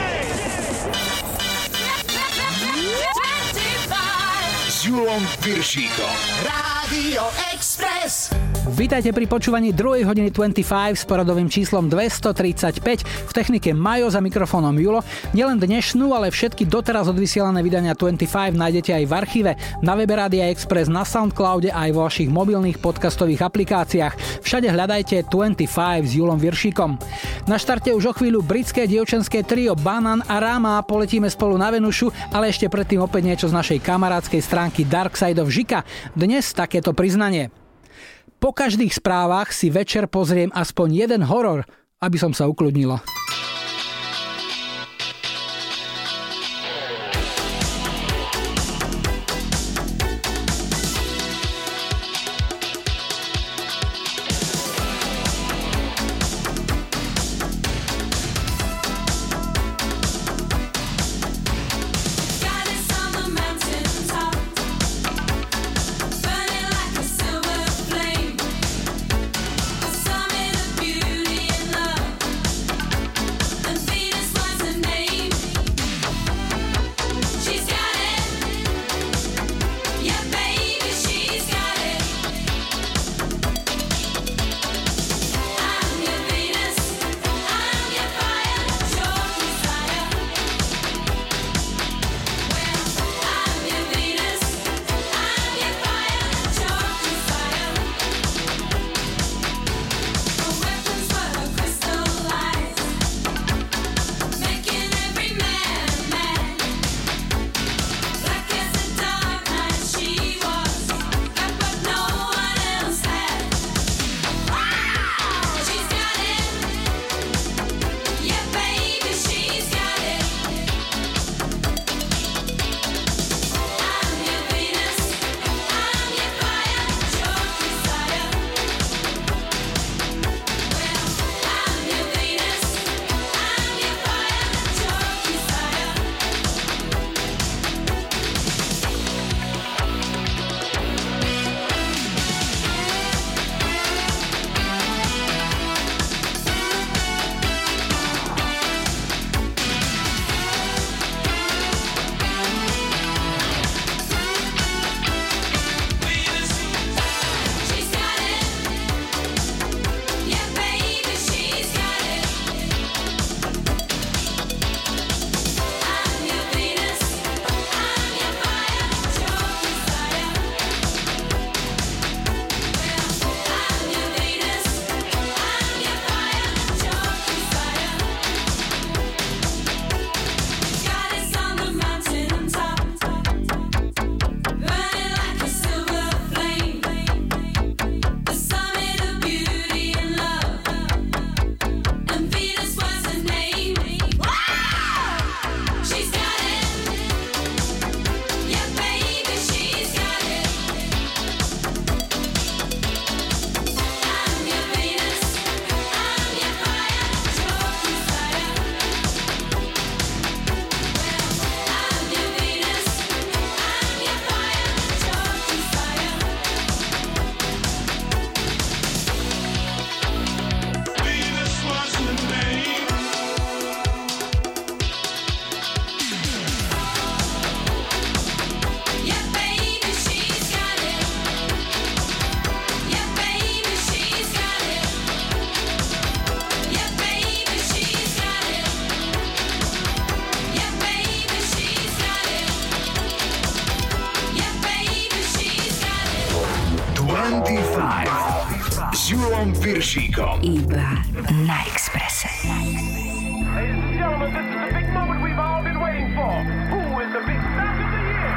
25 S Julom Piršíkom. Rádio Express. Vítajte pri počúvaní 2. hodiny 25 s poradovým číslom 235. V technike Majo, za mikrofónom Julo. Nielen dnešnú, ale všetky doteraz odvysielané vydania 25 nájdete aj v archíve, na webe Rádia Express, na Soundcloude aj vo vašich mobilných podcastových aplikáciách. Všade hľadajte 25 s Julom Viršíkom. Na štarte už o chvíľu britské dievčenské trio Banan a Rama. Poletíme spolu na Venušu, ale ešte predtým opäť niečo z našej kamarádskej stránky Dark Side of Žika. Dnes takéto priznanie. Po každých správach si večer pozriem aspoň jeden horor, aby som sa ukludnila. s Júlom Piršíkom. Iba na Expresse. Ladies and gentlemen, this is the big moment we've all been waiting for. Who is the big star of the year?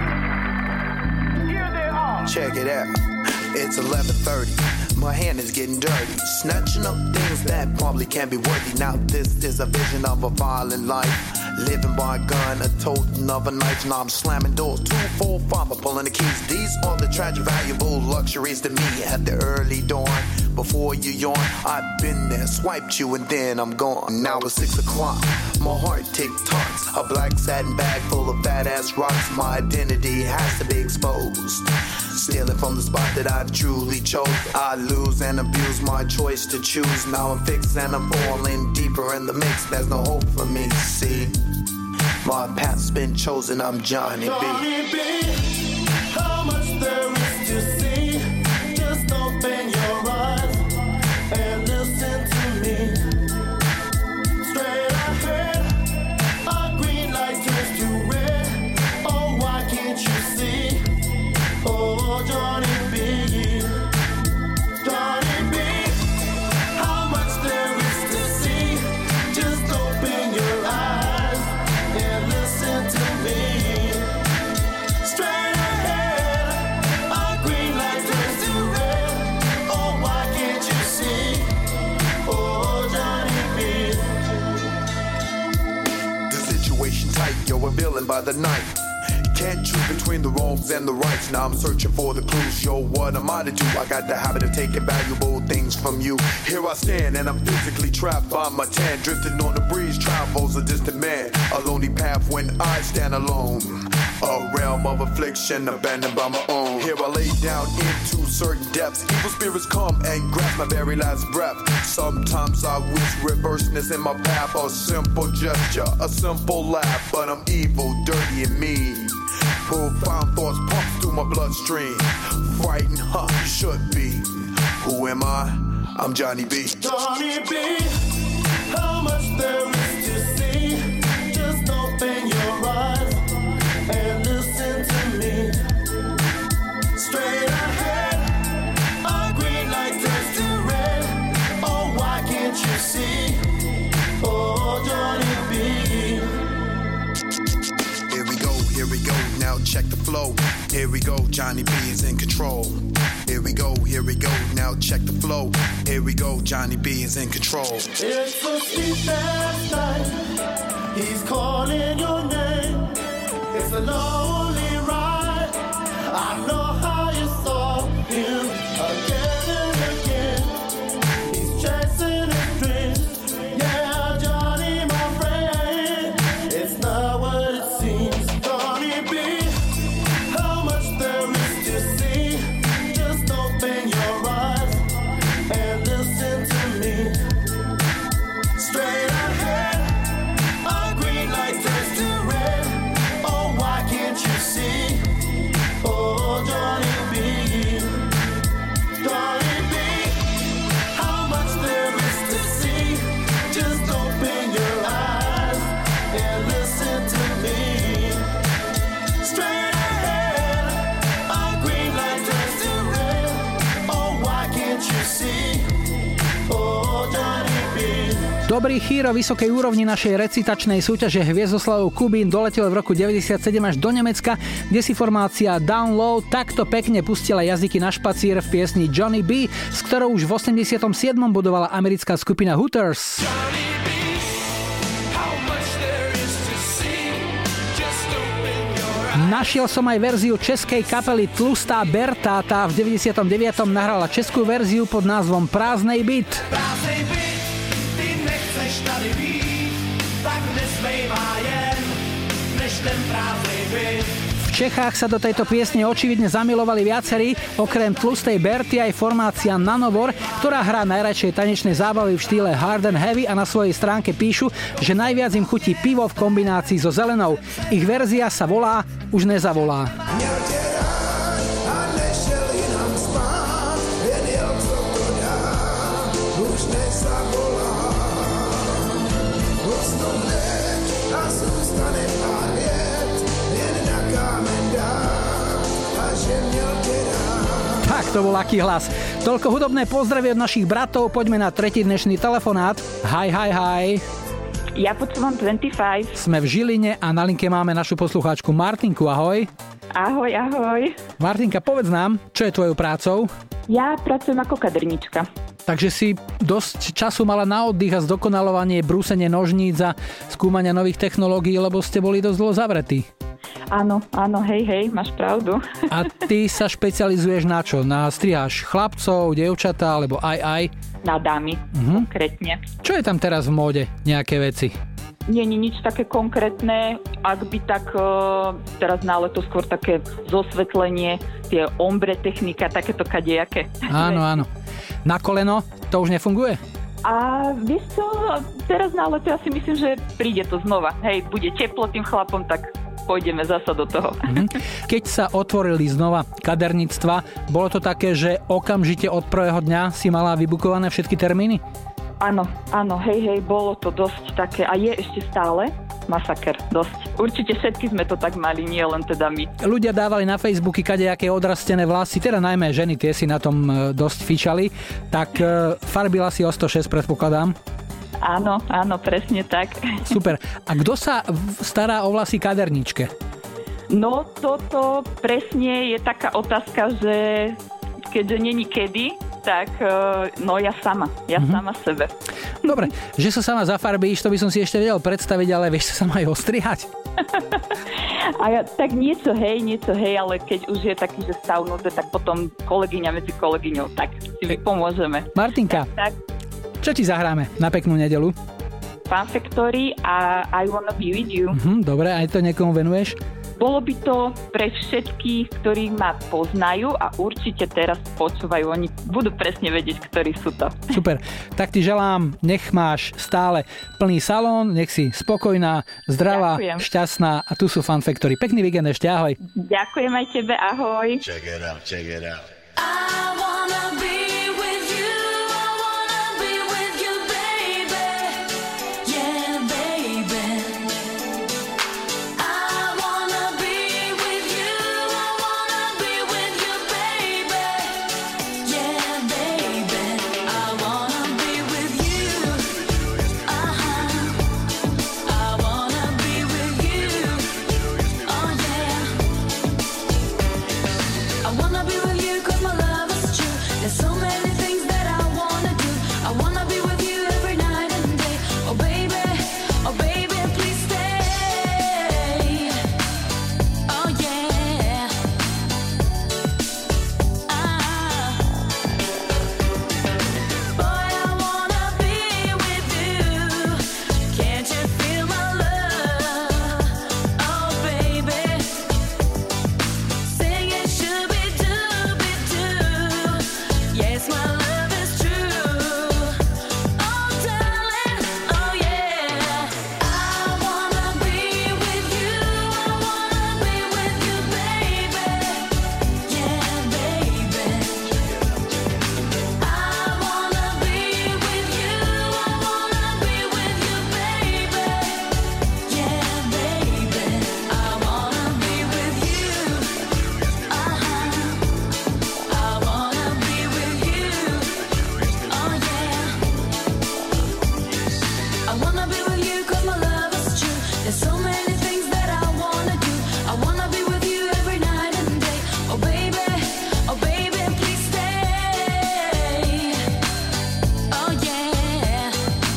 Here they are. Check it out. It's 11:30. My hand is getting dirty, snatching up things that probably can't be worthy. Now this is a vision of a violent life, living by a gun, a toting of a knife. Now I'm slamming doors, 2, 4, 5, I'm pulling the keys. These are the tragic, valuable luxuries to me at the early dawn. Before you yawn, I've been there, swiped you and then I'm gone. Now it's 6 o'clock, my heart tick-tocks. A black satin bag full of fat-ass rocks. My identity has to be exposed. Stealing from the spot that I've truly chose. I lose and abuse my choice to choose. Now I'm fixed and I'm falling deeper in the mix. There's no hope for me, see. My path's been chosen, I'm Johnny B. Johnny B, how much there is to see. Just open your eyes and listen to me. Straight ahead, a green light turns to red. Oh, why can't you see? Oh, Johnny B, Johnny B, how much there is to see. Just open your eyes and listen to me. Straight ahead, a green light turns to red. Oh, why can't you see? Oh, Johnny B. The situation tight, you're a villain by the night. Can't choose between the wrongs and the rights. Now I'm searching for the clues. Yo, what am I to do? I got the habit of taking valuable things from you. Here I stand and I'm physically trapped by my tan. Drifting on the breeze, travels a distant man. A lonely path when I stand alone. A realm of affliction, abandoned by my own. Here I lay down into certain depths. Evil spirits come and grasp my very last breath. Sometimes I wish reverseness in my path. A simple gesture, a simple laugh. But I'm evil, dirty and mean. Profound thoughts pump through my bloodstream. Frightened, huh? You should be. Who am I? I'm Johnny B. Johnny B, how much there is to see. Just open your eyes and listen to me. Straight ahead, a green light turns to red. Oh, why can't you see? Oh, Johnny B. Here we go, now check the flow. Here we go, Johnny B is in control. Here we go, now check the flow. Here we go, Johnny B is in control. It's a sweet last night, he's calling your name. It's a lonely ride, I know how you saw him again and again. He's chasing his dreams, yeah, Johnny, my friend. It's not what it seems. Dobrý chýr o vysokej úrovni našej recitačnej súťaže Hviezdoslavov Kubín doletel v roku 97 až do Nemecka, kde si formácia Down Low takto pekne pustila jazyky na špacír v piesni Johnny B, s ktorou už v 87. budovala americká skupina Hooters. Našiel som aj verziu českej kapely Tlustá Berta, tá v 99. nahrala českú verziu pod názvom Prázdnej byt. Prázdnej byt, ty nechceš tady být, tak nezbývá jen, než ten prázdnej byt. V Čechách sa do tejto piesne očividne zamilovali viacerí, okrem Tlustej Berty aj formácia Nanovor, ktorá hrá najradšej tanečné zábavy v štýle hard and heavy a na svojej stránke píšu, že najviac im chutí pivo v kombinácii so zelenou. Ich verzia sa volá Už nezavolá. Tak to bol aký hlas. Toľko hudobné pozdravy od našich bratov, poďme na tretí dnešný telefonát. Hi. Ja počúvam 25. Sme v Žiline a na linke máme našu poslucháčku Martinku, ahoj. Ahoj. Martinka, povedz nám, čo je tvojou prácou? Ja pracujem ako kadernička. Takže si dosť času mala na oddych a zdokonalovanie, brúsenie nožníc a skúmania nových technológií, lebo ste boli dosť dlho zavretí. Áno, hej, máš pravdu. A ty sa špecializuješ na čo? Striháš chlapcov, dievčatá, alebo aj? Na dámy, konkrétne. Čo je tam teraz v móde? Nejaké veci? Nie je nič také konkrétne, ak by tak teraz na leto skôr také zosvetlenie, tie ombre technika, takéto kadejaké. Áno. Na koleno to už nefunguje? A vieš čo, teraz na leto ja si myslím, že príde to znova. Hej, bude teplo tým chlapom, tak pôjdeme zasa do toho. Keď sa otvorili znova kaderníctva, bolo to také, že okamžite od prvého dňa si mala vybukované všetky termíny? Áno, hej, bolo to dosť také a je ešte stále masaker, dosť. Určite všetky sme to tak mali, nie len teda my. Ľudia dávali na Facebooky kadejaké odrastené vlasy, teda najmä ženy, tie si na tom dosť fičali, tak farbila si o 106, predpokladám. Áno, presne tak. Super. A kto sa stará o vlasy kaderničke? No, toto presne je taká otázka, že keďže není kedy, tak no ja sama sebe. Dobre, že sa sama zafarbíš, to by som si ešte vedel predstaviť, ale vieš sa sama aj ostrihať? A ja, tak niečo hej, ale keď už je taký, že stavnuté, tak potom kolegyňa medzi kolegyňou, tak si my pomôžeme. Martinka, tak. Čo ti zahráme na peknú nedeľu? Fun Factory a I Wanna Be With You. Dobre, aj to niekomu venuješ? Bolo by to pre všetkých, ktorí ma poznajú a určite teraz počúvajú. Oni budú presne vedieť, ktorí sú to. Super. Tak ti želám, nech máš stále plný salón, nech si spokojná, zdravá, Ďakujem. Šťastná a tu sú Fun Factory. Pekný víkend ešte, ahoj. Ďakujem aj tebe, ahoj. Check it out. I wanna be with you, I wanna be with you, baby. Yeah, baby. I wanna be with you, I wanna be with you, baby. Yeah, baby. I wanna be with you. I wanna be with you. Oh yeah. I wanna be with you 'cause my love is true. There's so many things that I wanna do. I wanna be with you every night and day. Oh baby, please stay. Oh yeah. Boy, I wanna be with you. Can't you feel my love? Oh baby. Sing it, shooby-dooby-doo. Yes, my love is true. Oh, darling, oh yeah. I wanna be with you. I wanna be with you, baby. Yeah, baby. I wanna be with you. I wanna be with you, baby. Yeah, baby. I wanna be with you. I wanna be with you. Oh yeah. I wanna be with you 'cause my love is true. There's so many things that I wanna do. I wanna be with you every night and day. Oh baby, please stay. Oh yeah.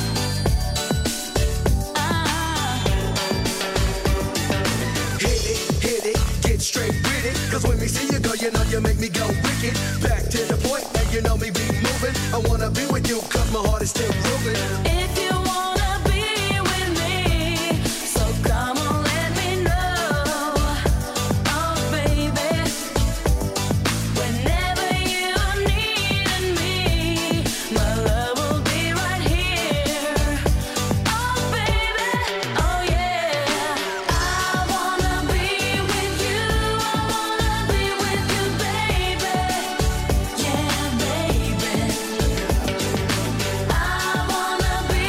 Hit it, get straight with it. 'Cause when me see you go, you know you make me go wicked. Back to the point, and you know me be moving. I wanna be with you 'cause my heart is still grooving. If you wanna be with me, so come on, let me know. Oh baby, whenever you need me, my love will be right here. Oh baby, oh yeah. I wanna be with you. I wanna be with you, baby. Yeah, baby. I wanna be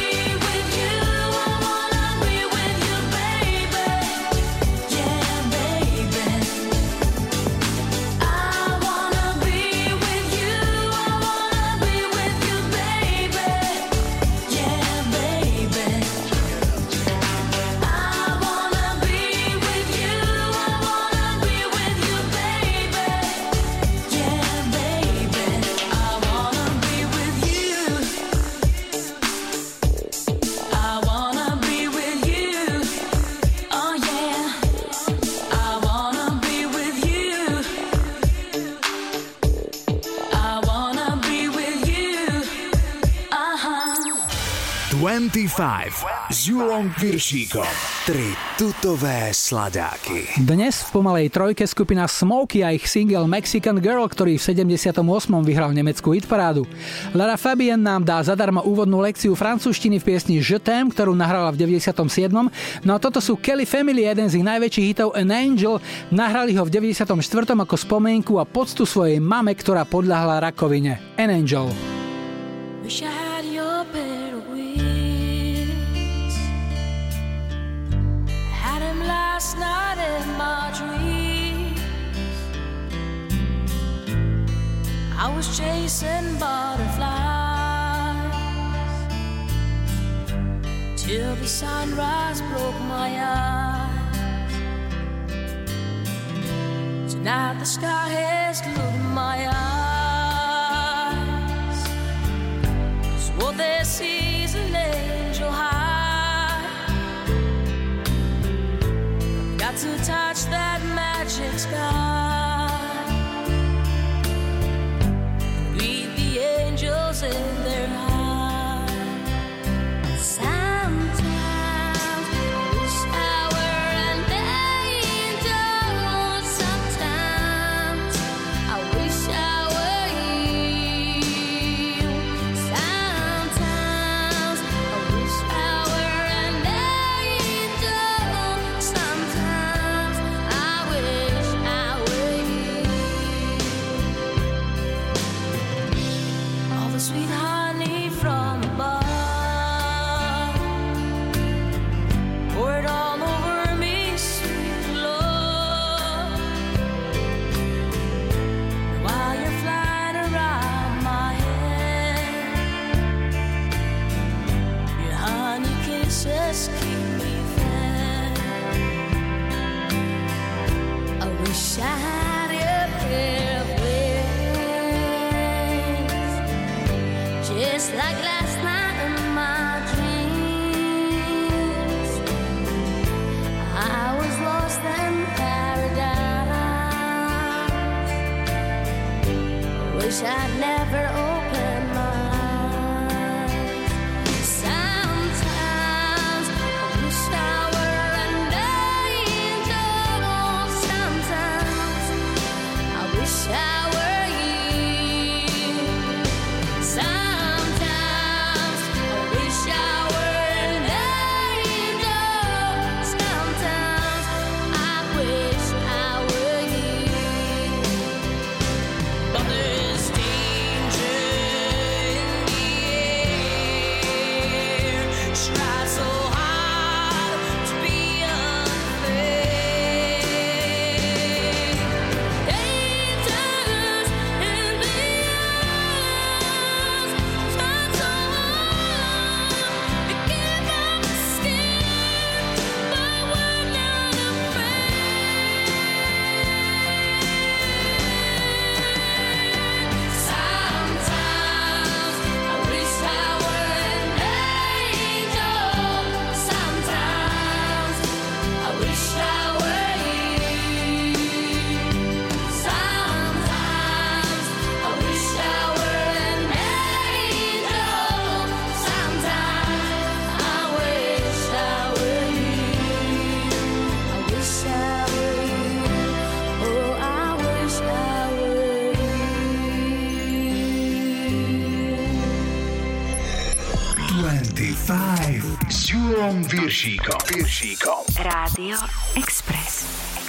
25 s Julom Piršíkom. 3 tutové sladáky. Dnes v pomalej trojke skupina Smokey a ich single Mexican Girl, ktorý v 78. vyhral nemeckú hitparádu. Lara Fabian nám dá zadarmo úvodnú lekciu francúzštiny v piesni Je t'aime, ktorú nahrala v 97. No a toto sú Kelly Family, jeden z ich najväčších hitov An Angel. Nahrali ho v 94. ako spomienku a poctu svojej mame, ktorá podľahla rakovine. An Angel. Wish I had your better wings. Had him last night in my dreams. I was chasing butterflies till the sunrise broke my eyes. Tonight the sky has looked in my eyes. What they see is an angel high. Got to touch that magic sky. Greet the angels in their eyes. Sometimes I wish I were an angel. Sometimes I wish I were you. Sometimes I wish I were an angel. Sometimes I wish I were you. All the sweet honey from above, pour it all over me, sweet love. While you're flying around my head, your honey kisses keep me fed. I wish I had a pair of wings, just like last night in my dreams. I was lost in paradise. I wish I'd never opened my eyes. Sometimes I wish I were an angel. Sometimes I wish I were you. Sometimes I wish I were an angel. Sometimes I wish I were you. But there's danger in the air. Try so hard to be unfair. Dangers in the eyes. Try so hard to give up the skin, but we're not Sometimes I wish I were an angel. Sometimes I wish I were you. Sometimes I wish I were an angel. Sometimes I wish I were you. I wish I were you. Oh, I wish I were you. 25 s Julom Piršíkom. Rádio Express.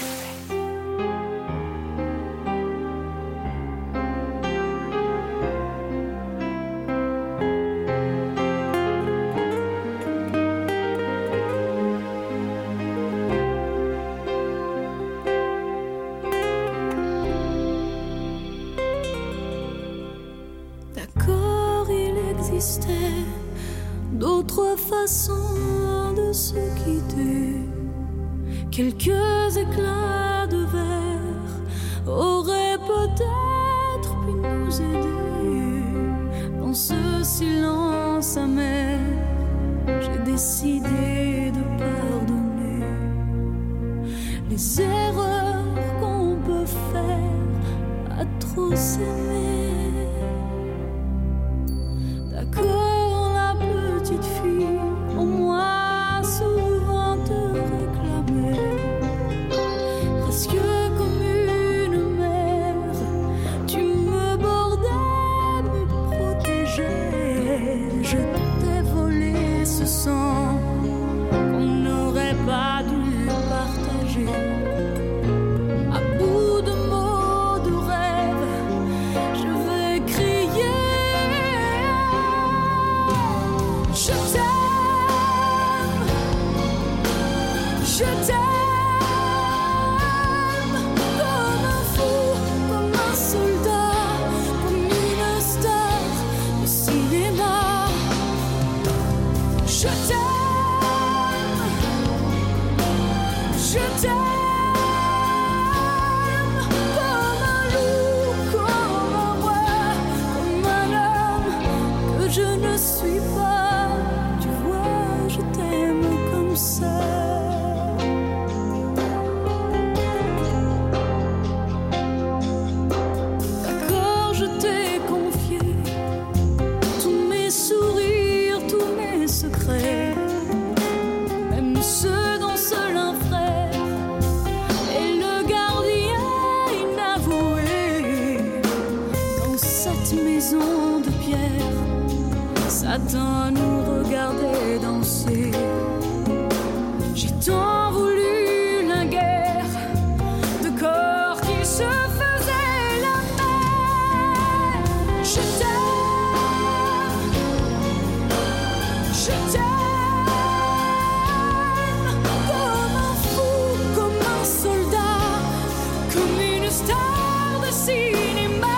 D'accord, il existait d'autres façons de se quitter. Quelques éclats de verre auraient peut-être pu nous aider. Dans ce silence amer, j'ai décidé de pardonner les erreurs qu'on peut faire à trop s'aimer. D'accord, la petite fille ne suis pas. Tu vois, je t'aime comme ça. D'accord, je t'ai confié tous mes sourires, tous mes secrets, même ceux dont seul un frère est le gardien inavoué. Dans cette maison de pierre, Satan nous regardait danser. J'ai tant voulu la guerre de corps qui se faisaient la paix. Je t'aime, je t'aime, comme un fou, comme un soldat, comme une star de cinéma.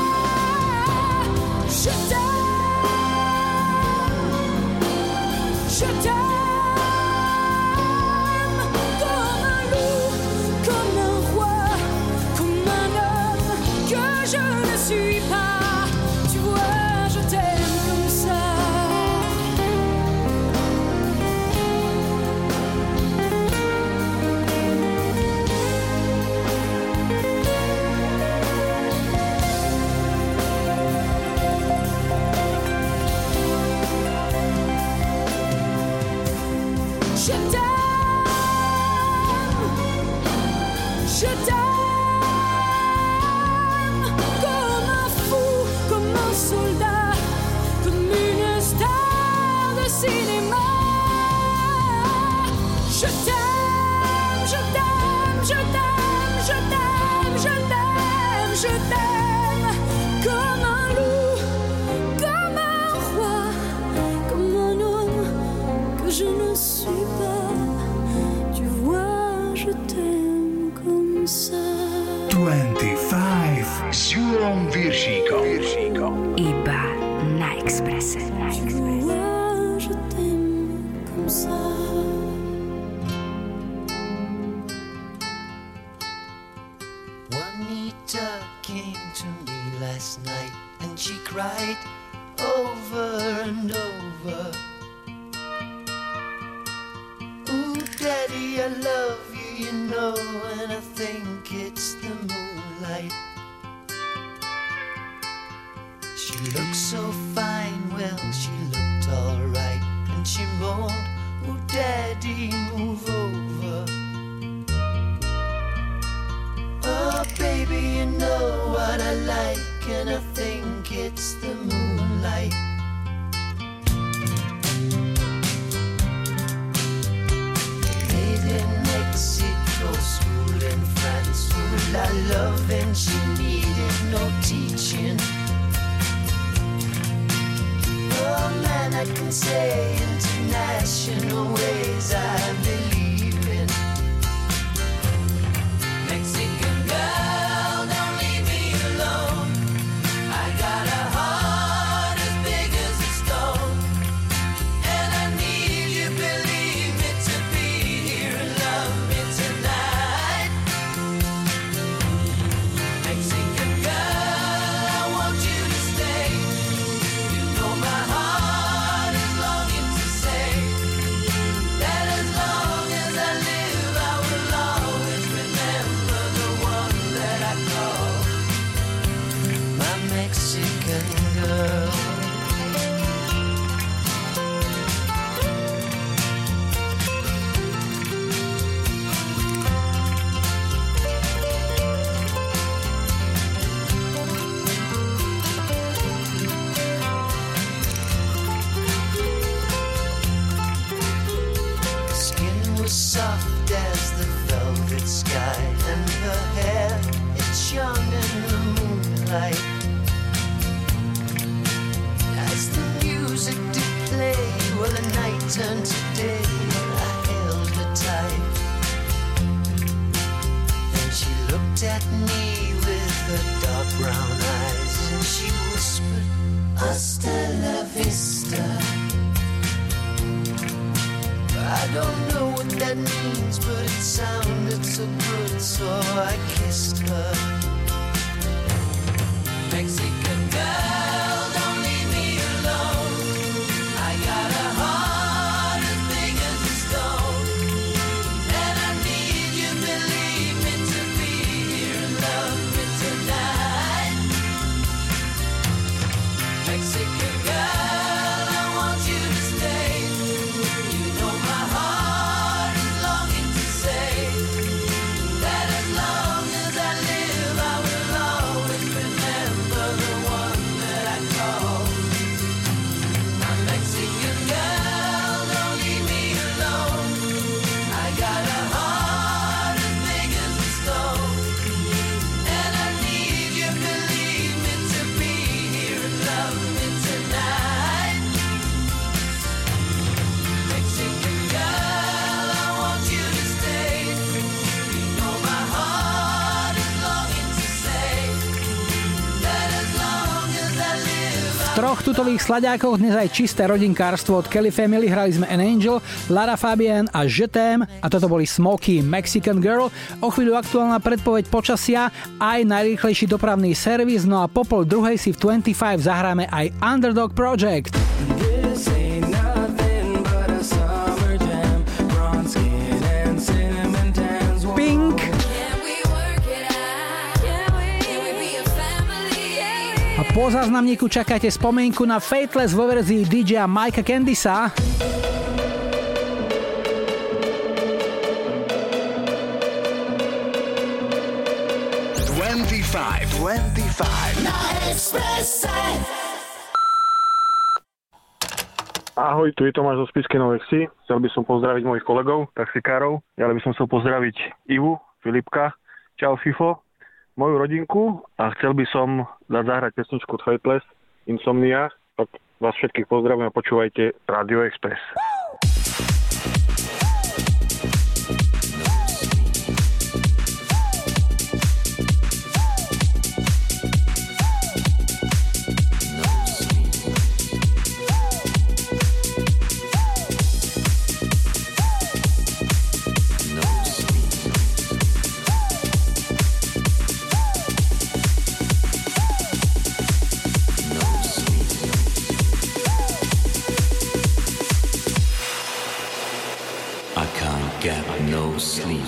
Je t'aime, comme un loup, comme un roi, comme un homme que je ne suis pas. Tu vois, je t'aime comme ça. Je t'aime, comme un fou, comme un soldat, comme une star de cinéma. Je t'aime, je t'aime, je t'aime, je t'aime, je t'aime, je t'aime, comme un loup, comme un roi, comme un homme que je ne suis pas. Tu vois, je t'aime comme ça. 25 s Júlom Viršíkom. Iba na Expresse. Tu vois, je t'aime comme ça. Juanita came to me last night and she cried over and over. Ooh, Daddy, I love you, you know, and I think it's the moonlight. She looked so fine, well, she looked alright, and she moaned, ooh, Daddy, move over. Oh, baby, you know what I like, and I think it's the moonlight. Made in Mexico, schooled in France, full of love, and she needed no teaching. Oh man, I can say international ways I believe in. Mexican girl, don't leave me alone. I got a heart as big as a stone, and I need you, believe me, to be here and love me tonight. Mexican girl, I want you to stay. You know my heart is longing to say that as long as I live, I will always remember the one that I call my Mexican girl. Her skin was soft as the velvet sky, and her hair, it shone in the moonlight. As the music did play, well, the night turned to day, I held her tight. Then she looked at me with her dark brown eyes, and she whispered, hasta la vista. I don't know what that means, but it sounded so good, so I kissed her. Mexican girl, don't leave me alone. troch tutových slaďákoch dnes aj čisté rodinkárstvo od Kelly Family. Hrali sme An Angel, Lara Fabian a Je t'aime a toto boli Smokey, Mexican Girl. O chvíľu aktuálna predpoveď počasia, aj najrýchlejší dopravný servis, no a po pol druhej si v 25 zahráme aj Underdog Project. This ain't nothing but a summer jam. Bronze skin and cinnamon tans. Pink. A po záznamníku čakáte spomienku na Fateless vo verzii DJ Mikea Candisa. Na Expresse. Ahoj, tu je Tomáš zo Spišskej Novej Vsi. Chcel by som pozdraviť mojich kolegov, taxikárov. Ďalej by som chcel pozdraviť Ivu, Filipka, čau Fifo, moju rodinku a chcel by som dať zahrať pesničku od Fateless, Insomnia. Tak vás všetkých pozdravujem a počúvajte Radio Express. Get no sleep.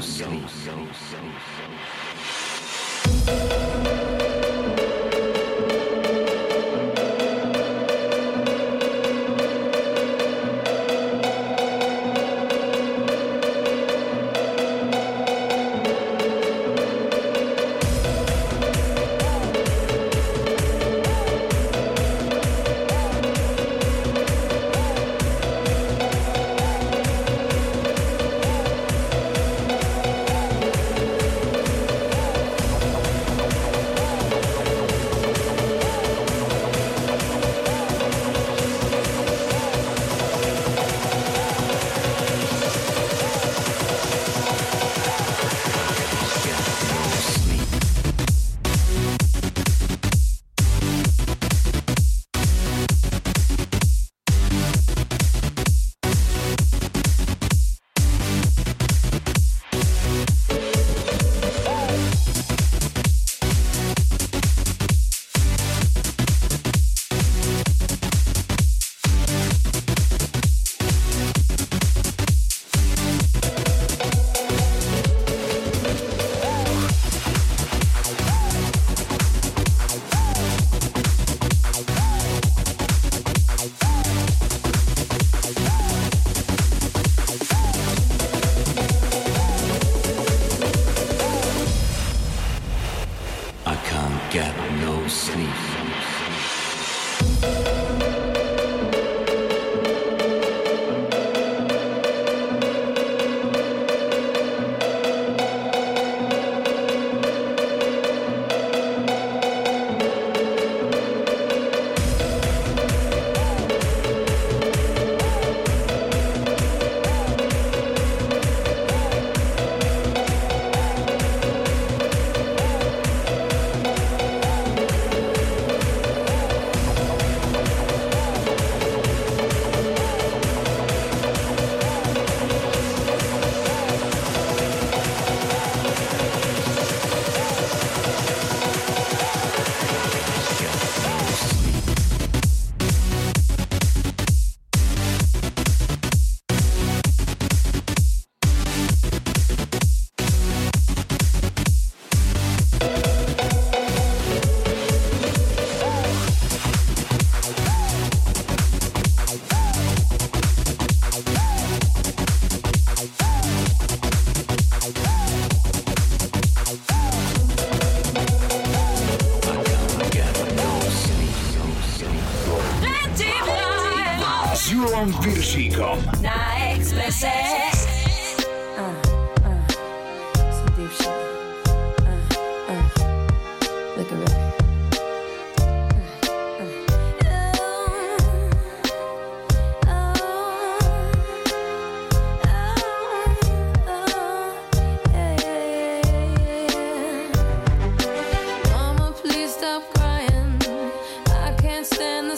Julom Piršíkom na Expresse. Some deep shit. Look at Ray. Mama, please stop crying. I can't stand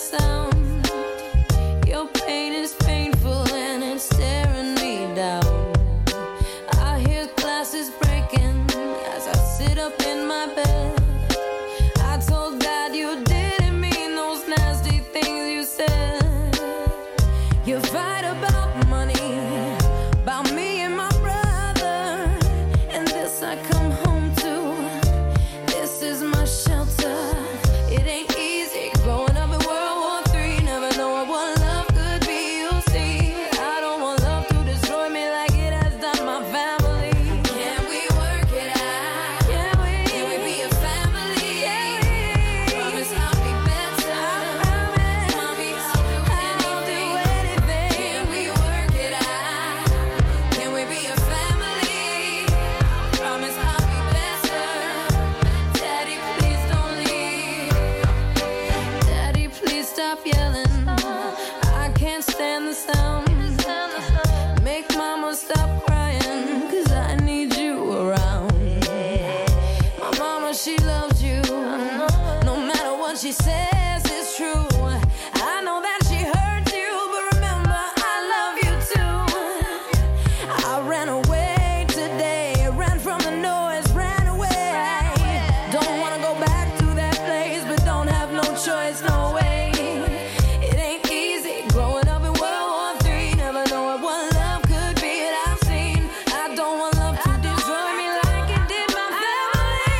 You fight about money, about me and my brother, and this I come home to. This is my shelter. It ain't easy growing up in World War III, never knowing what love could be. You'll see, I don't want love to destroy me like it has done my family. Can we work it out? Can we be a family? Promise I'll be better. Mommy, I'll do anything. Can we work it out? Can we be a family? Promise I'll be better. Daddy, please don't leave. Daddy, please stop yelling. I can't stand the sound. Make mama stop crying, 'cause I need you around. My mama, she loves you. No matter what she says, it's true. I know that she hurt you, but remember, I love you too. I ran away today, ran from the noise, ran away. Don't wanna go back to that place, but don't have no choice, no way. It ain't easy growing up in World War III, never knowing what love could be that I've seen. I don't want love to destroy me like it did my family.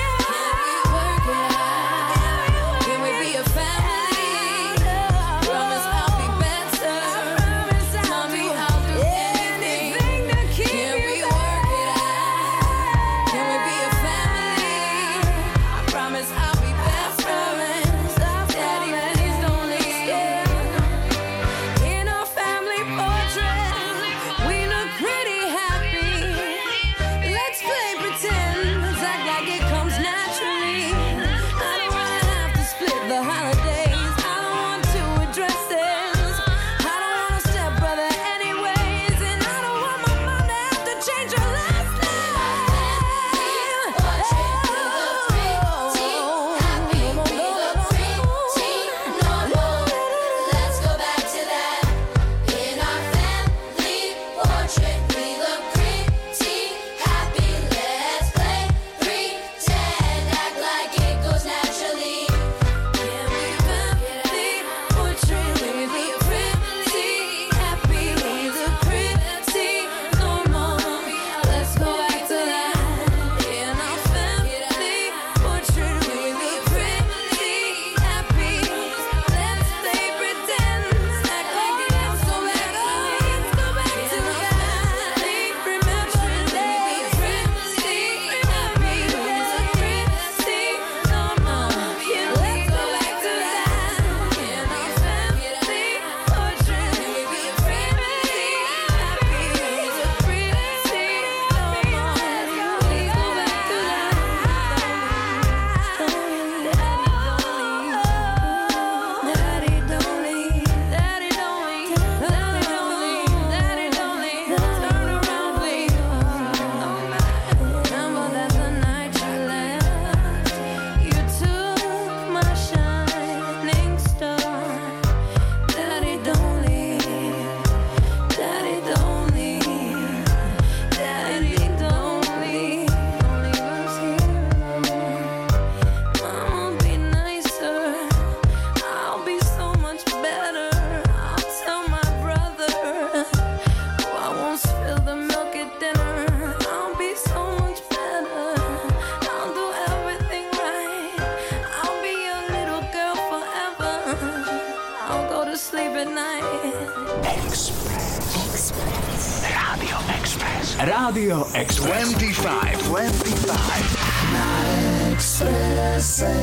Can we work it out? Can we be a family? Promise I'll be better. Mommy, I'll do anything. Can we work it out? Can we be a family? I promise I'll be better. Daddy, please don't leave. In our family portrait, we look pretty happy. Let's play pretend, let's act like it comes naturally. I don't wanna have to split the holidays. I don't want two addresses. I don't want a stepbrother anyways, and I don't want my mom to have to change her last name. Let's go back to that. In our family portrait, we look pretty happy. Let's play pretend, act like it goes naturally. Can we family portrait? We look pretty happy. We look pretty normal. Let's go back to that. In our family portrait, we look pretty happy. Let's play pretend, act like it goes so naturally. Let's go back to that. Remember that we look pretty happy. We look pretty normal. Let's go back to that. In our family portrait, we look pretty happy. We look pretty normal. Please go back to that. Daddy, don't leave. Daddy, don't leave. Daddy, don't leave. Daddy, don't leave. Turn around, please. Remember that the night you left, you took my shining star. Daddy, don't leave. Daddy, don't leave. Daddy, don't leave. Don't leave us here alone. Mama, be nicer. I'll be so much better. I'll tell my brother. I won't spill the milk at dinner. I'll be so much better. I'll do everything right. I'll be your little girl forever. I'll go to sleep at night. Rádio Express. Rádio Express. 25. Na Expresse.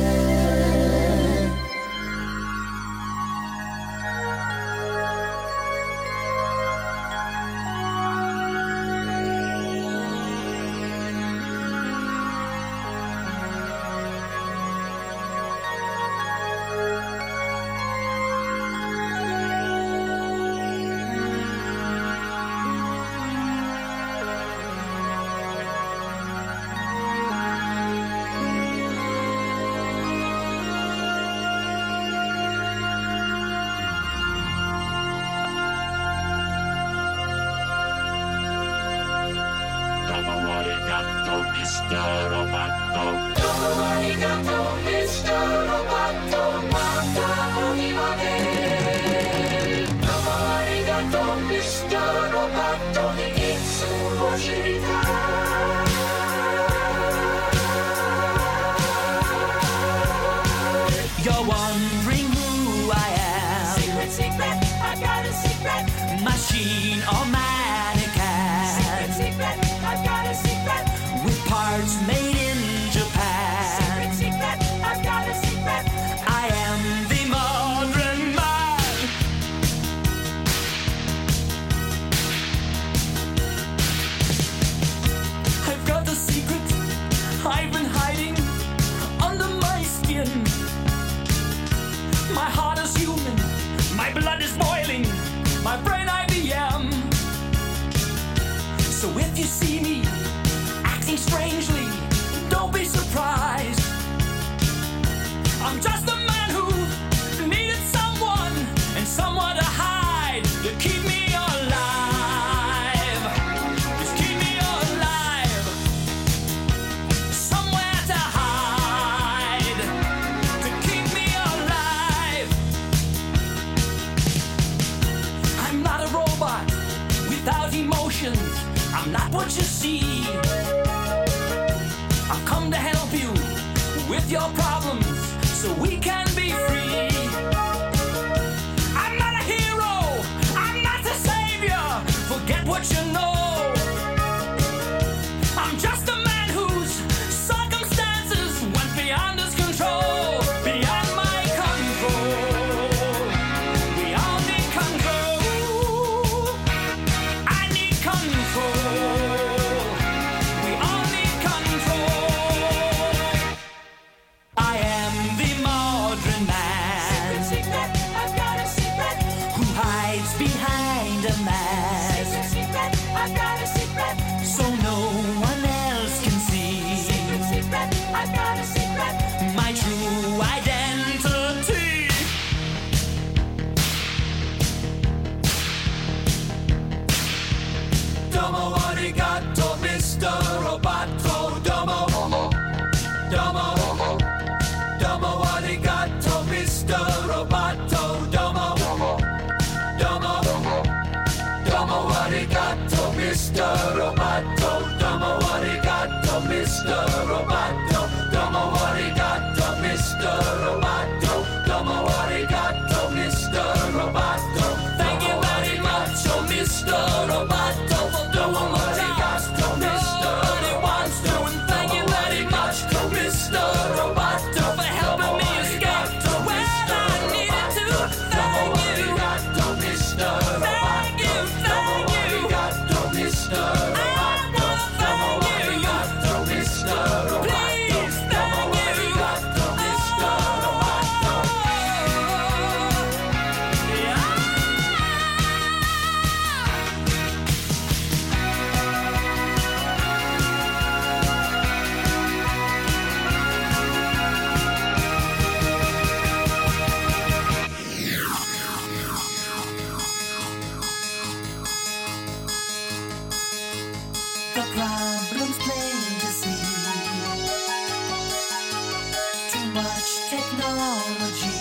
arigato, Mr. Roboto. Domo arigato, Mr. Roboto. Mata o庭で。Domo arigato, Mr. Roboto, nic umožnitá. You're wondering who I am. Secret, secret, I got a secret. Machine or mannequin. Secret, secret, I got a secret. With parts made in Japan. Secret, secret, I got a secret. I am the modern man. I've got a secret I've been hiding under my skin. My heart is human, my blood is boiling, my brain IBM. So if you see me acting strangely, don't be surprised. I'm just a man who needed someone and someone to hide to keep me alive. Just keep me alive. Somewhere to hide to keep me alive. I'm not a robot without emotions. I'm not what you see. I've come to help you with your problems so we can be free. I'm not a hero, I'm not the savior. Forget what you know. I'm just a man whose circumstances went beyond his control, beyond my control. We all need control. I need control. We all need control. I am the modern man. Secret, secret, I've got a secret. Who hides behind a mask. Secret, secret, I've got a secret. So no one else can see. Secret, secret, I've got a secret. My true identity. Domo arigato, Mr. Roboto. Domo, domo, domo arigato, Mr. Roboto. Domo, domo, domo arigato, Mr. Roboto. Domo arigato, Mr. Roboto. Domo arigato, Mr. Roboto. Domo arigato, Mr. Roboto. Thank you very much, oh Mr. Roboto, for doing what I asked to Mr. Roboto. And thank you very much, Mr. Roboto, for helping me escape to where I needed to. Thank you. Thank you, thank you. Mr. Roboto. Please, thank you. Mr. Roboto. The problem's plain to see. Too much technology.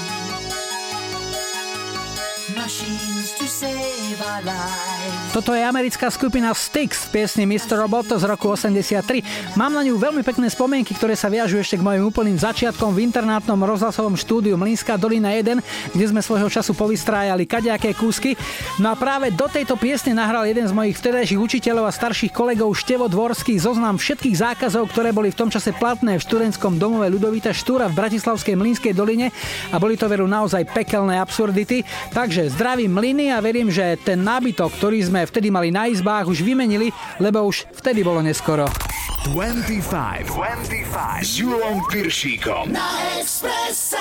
Machines to save our lives. Toto je americká skupina Styx v piesni Mr. Roboto z roku 83. Mám na ňu veľmi pekné spomienky, ktoré sa viažú ešte k mojim úplným začiatkom v internátnom rozhlasovom štúdiu Mlynska dolina 1, kde sme svojho času povystrájali kadejaké kúsky. No a práve do tejto piesne nahral jeden z mojich vtedajších učiteľov a starších kolegov Števo Dvorský zoznam všetkých zákazov, ktoré boli v tom čase platné v študentskom domove Ľudovita Štúra v bratislavskej Mlynskej doline a boli to veru naozaj pekelné absurdity. Takže zdravím Mlyny a verím, že ten nábytok, ktorý sme vtedy mali na izbách, už vymenili, lebo už vtedy bolo neskoro. 25 s Julom Piršíkom Na Expresse.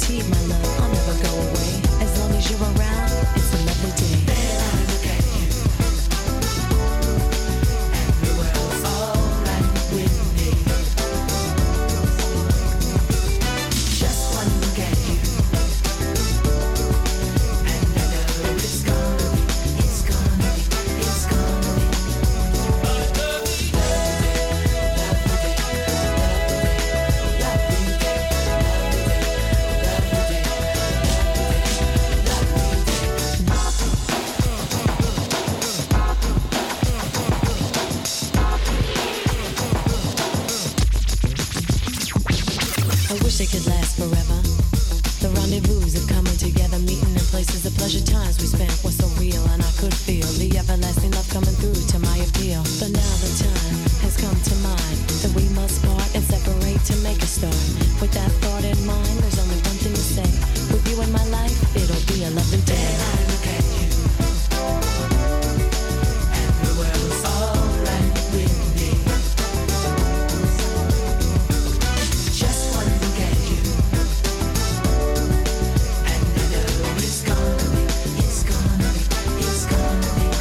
cheat, my love, I'll never go away. As long as you're around, it's a lovely day. Then I look at you, and the world's alright with me. Just one look at you, and I know it's gonna be, it's gonna be, it's gonna be. I wish it could last forever. The rendezvous of coming together, meeting in places, the pleasure times we spent were so real, and I could feel the everlasting love coming through to my appeal. But now the time has come to mind that we must part and separate to make a start. With that thought in mind, there's only one thing to say. With you in my life, it'll be a lovely day. Then I look at you, and the world's alright with me. Just one look at you, and I know it's gonna be, it's gonna be, it's gonna be.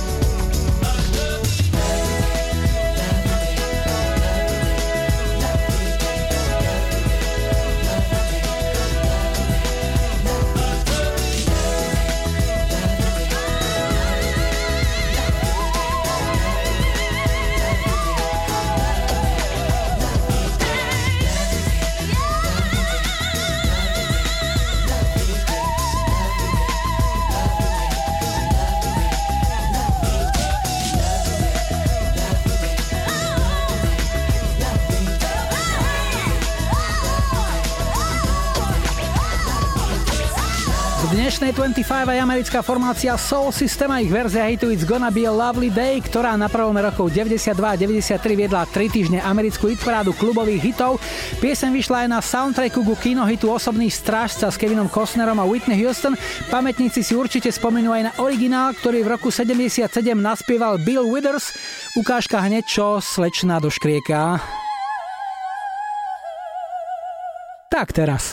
V dnešnej 25 aj americká formácia Soul System a ich verzia hitu It's Gonna Be a Lovely Day, ktorá na prelome rokov 92 a 93 viedla 3 týždne americkú hitparádu klubových hitov. Pieseň vyšla aj na soundtracku ku kinohitu Osobný strážca s Kevinom Costnerom a Whitney Houston. Pamätníci si určite spomenú aj na originál, ktorý v roku 77 naspieval Bill Withers. Ukážka hneď, čo slečná doškrieka. Tak teraz.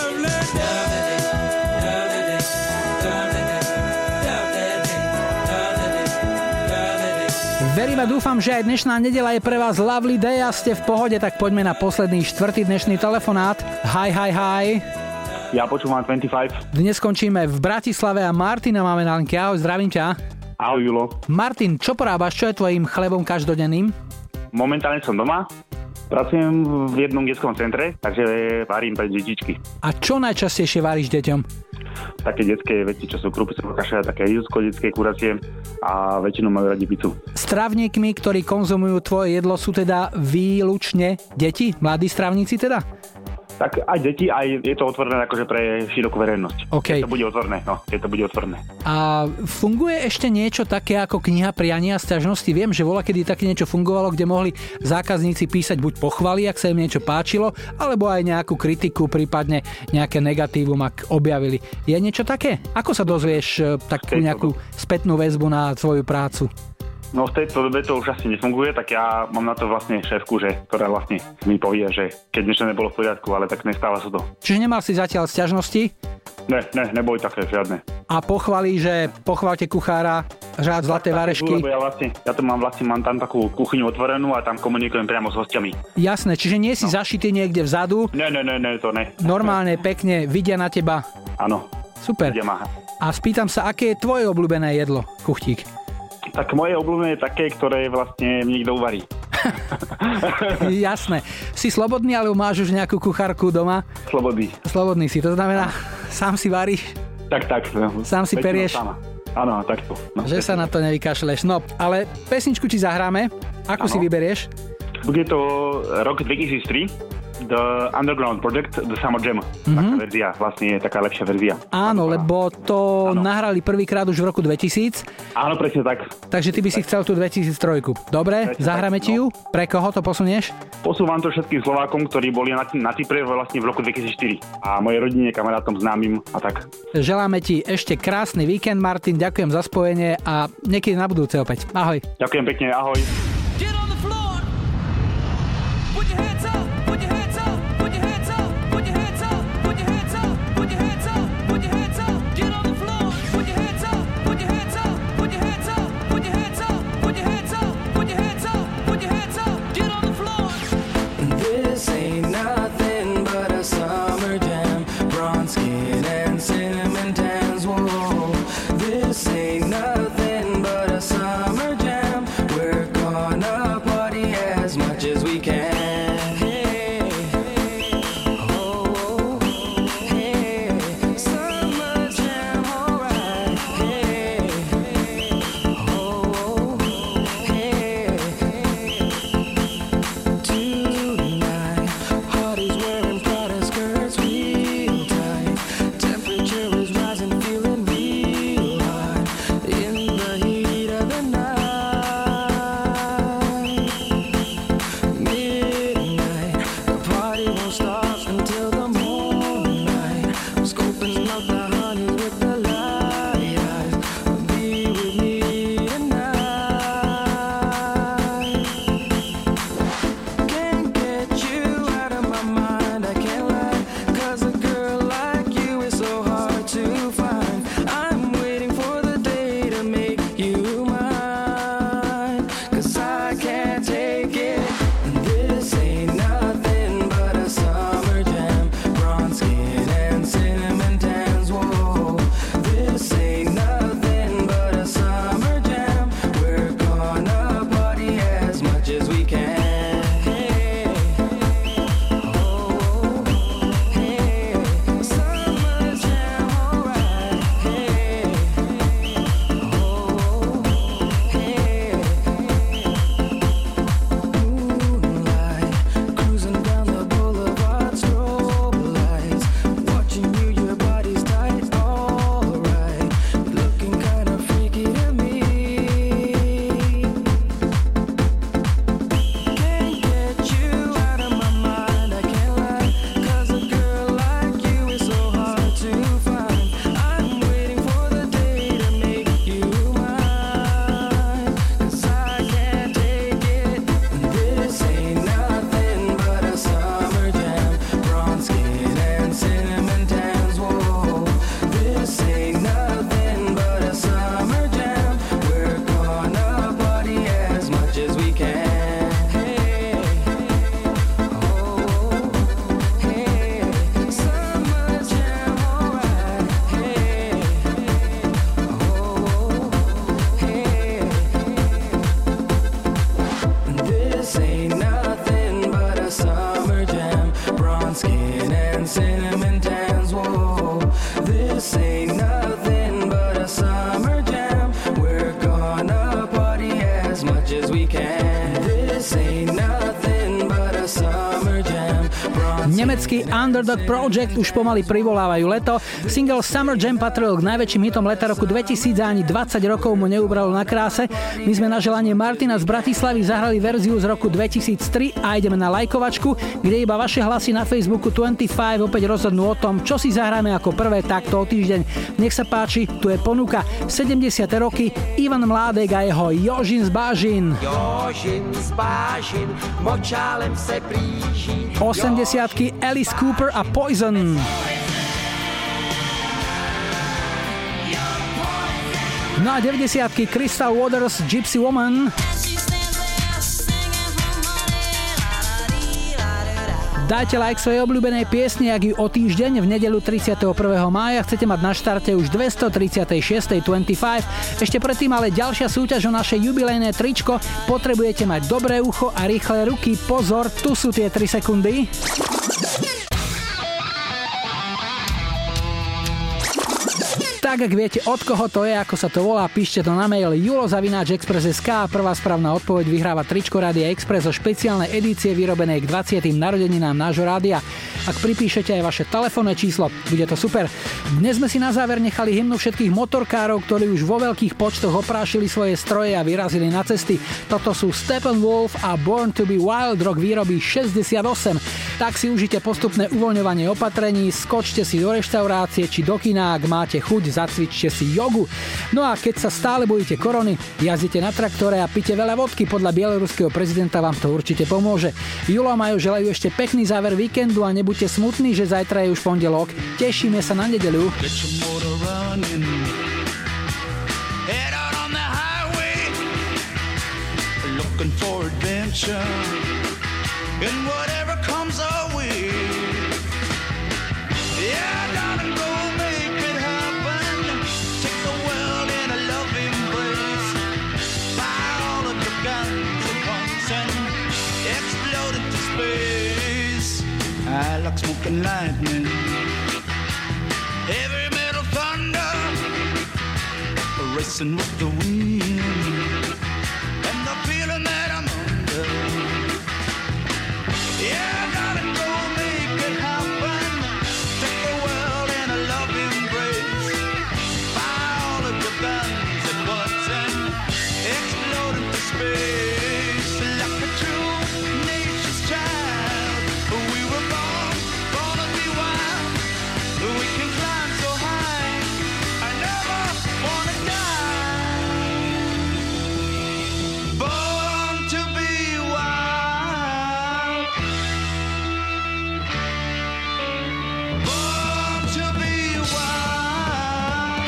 Verím a dúfam, že aj dnešná nedeľa je pre vás lovely day a ste v pohode, tak poďme na posledný štvrtý dnešný telefonát. Hi. Ja počúvam 25. Dnes skončíme v Bratislave a Martina máme na linke. Ahoj, zdravím ťa. Ahoj, Julo. Martin, čo porábaš? Čo je tvojim chlebom každodenným? Momentálne som doma. Pracujem v jednom detskom centre, takže varím pre detičky. A čo najčastejšie varíš deťom? Také detské veci, čo sú krupicové kaše, také júsko detské kuracie a väčšinou majú radi pizzu. Stravníkmi, ktorí konzumujú tvoje jedlo, sú teda výlučne deti? Mladí stravníci teda? Tak aj deti, aj je to otvorené akože pre širokú verejnosť. Okay. Keď to bude otvorené. A funguje ešte niečo také ako kniha priania a sťažnosti? Viem, že voľakedy také niečo fungovalo, kde mohli zákazníci písať buď pochvaly, ak sa im niečo páčilo, alebo aj nejakú kritiku, prípadne nejaké negatívum, ak objavili. Je niečo také? Ako sa dozvieš takú nejakú spätnú väzbu na svoju prácu? No v tejto dobe to už asi nefunguje, tak ja mám na to vlastne šéfku, ktorá vlastne mi povie, že keď niečo nebolo v poriadku, ale tak nestáva sa to. Čiže nemal si zatiaľ sťažnosti? Neboli také žiadne. A pochválí, že pochválte kuchára, žád zlaté varešky? Ja to mám tam takú kuchyňu otvorenú a tam komunikujem priamo s hostiami. Jasné, čiže nie si zašitý niekde vzadu? Ne, to ne. Normálne, pekne, vidia na teba? Áno. Super. A spýtam sa, aké je tvoje obľúbené jedlo, kuchtík? Tak moje obľúbené je také, ktoré vlastne mi niekto uvarí. Jasné. Si slobodný, alebo máš už nejakú kuchárku doma? Slobodný si, to znamená, sám si varíš? Tak. Sám si perieš? Áno, takto. No, že sa na to nevykašleš. No, ale pesničku ti zahráme. Ako si vyberieš? Bude to rok 2003. The Underground Project, The Summer Jam. Taká verzia, vlastne je taká lepšia verzia. Áno, lebo to nahrali prvýkrát už v roku 2000. Áno, presne tak. Takže ty by si chcel tú 2003. Dobre, presne zahráme ti ju? Pre koho to posunieš? Posúvam to všetkým Slovákom, ktorí boli na Cypre vlastne v roku 2004. A mojej rodine, kamarátom, známym a tak. Želáme ti ešte krásny víkend, Martin. Ďakujem za spojenie a niekedy na budúce opäť. Ahoj. Ďakujem pekne, ahoj. Put your hands up, put your hands up, put your hands up, put your hands up, put your hands up, put your hands up. Švédsky Underdog Project už pomaly privolávajú leto. Single Summer Jam patril k najväčším hitom leta roku 2000 a ani 20 rokov mu neubralo na kráse. My sme na želanie Martina z Bratislavy zahrali verziu z roku 2003 a ideme na lajkovačku, kde iba vaše hlasy na Facebooku 25 opäť rozhodnú o tom, čo si zahráme ako prvé takto o týždeň. Nech sa páči, tu je ponuka 70. roky Ivan Mládek a jeho Jožin z Bážin. Jožin z Bážin, močálem se blíží. 80-ky Alice Cooper a Poison. No a 90-ky Crystal Waters Gypsy Woman. Dajte like svojej obľúbenej piesni, ak ju o týždeň v nedeľu 31. mája chcete mať na štarte už 236. 25. Ešte predtým ale ďalšia súťaž o naše jubilejné tričko. Potrebujete mať dobré ucho a rýchle ruky. Pozor, tu sú tie 3 sekundy. Tak, ak viete, od koho to je, ako sa to volá, píšte to na mail julo@express.sk. Prvá správna odpoveď vyhráva tričko Rádia Express zo špeciálnej edície vyrobenej k 20. narodeninám nášho rádia. Ak pripíšete aj vaše telefónne číslo, bude to super. Dnes sme si na záver nechali hymnu všetkých motorkárov, ktorí už vo veľkých počtoch oprášili svoje stroje a vyrazili na cesty. Toto sú Steppenwolf a Born to be Wild, rok výroby 68. Tak si užite postupné uvoľňovanie opatrení, skočte si do reštaurácie či do kina, ak máte chuť, zacvičte si jogu. No a keď sa stále bojíte korony, jazdite na traktore a pite veľa vodky, podľa bieloruského prezidenta vám to určite pomôže. Julo a Majo želajú ešte pekný záver víkendu a nebuďte smutní, že zajtra je už pondelok. Tešíme sa na nedeľu. Looking for adventure and whatever comes our way. Yeah, darling, go make it happen. Take the world in a loving embrace. Fire all of your guns at once and explode into space. I like smoke and lightning, heavy metal thunder, racing with the wind. Feeling that I'm under. Yeah, darling, go make it happen. Take the world in a loving embrace. Fire all of your guns at once and explode into space. Like a true nature's child, we were born to be wild. We can climb so high, I never wanna die. Born to be wild. Born to be wild.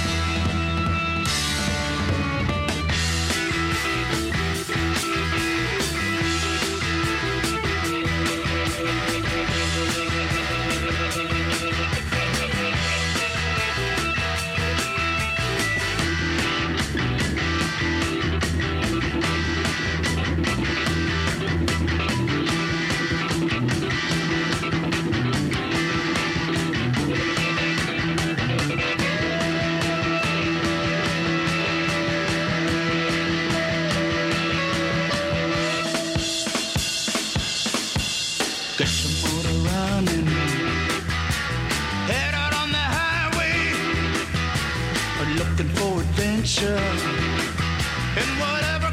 Get some motor running, head out on the highway, looking for adventure and whatever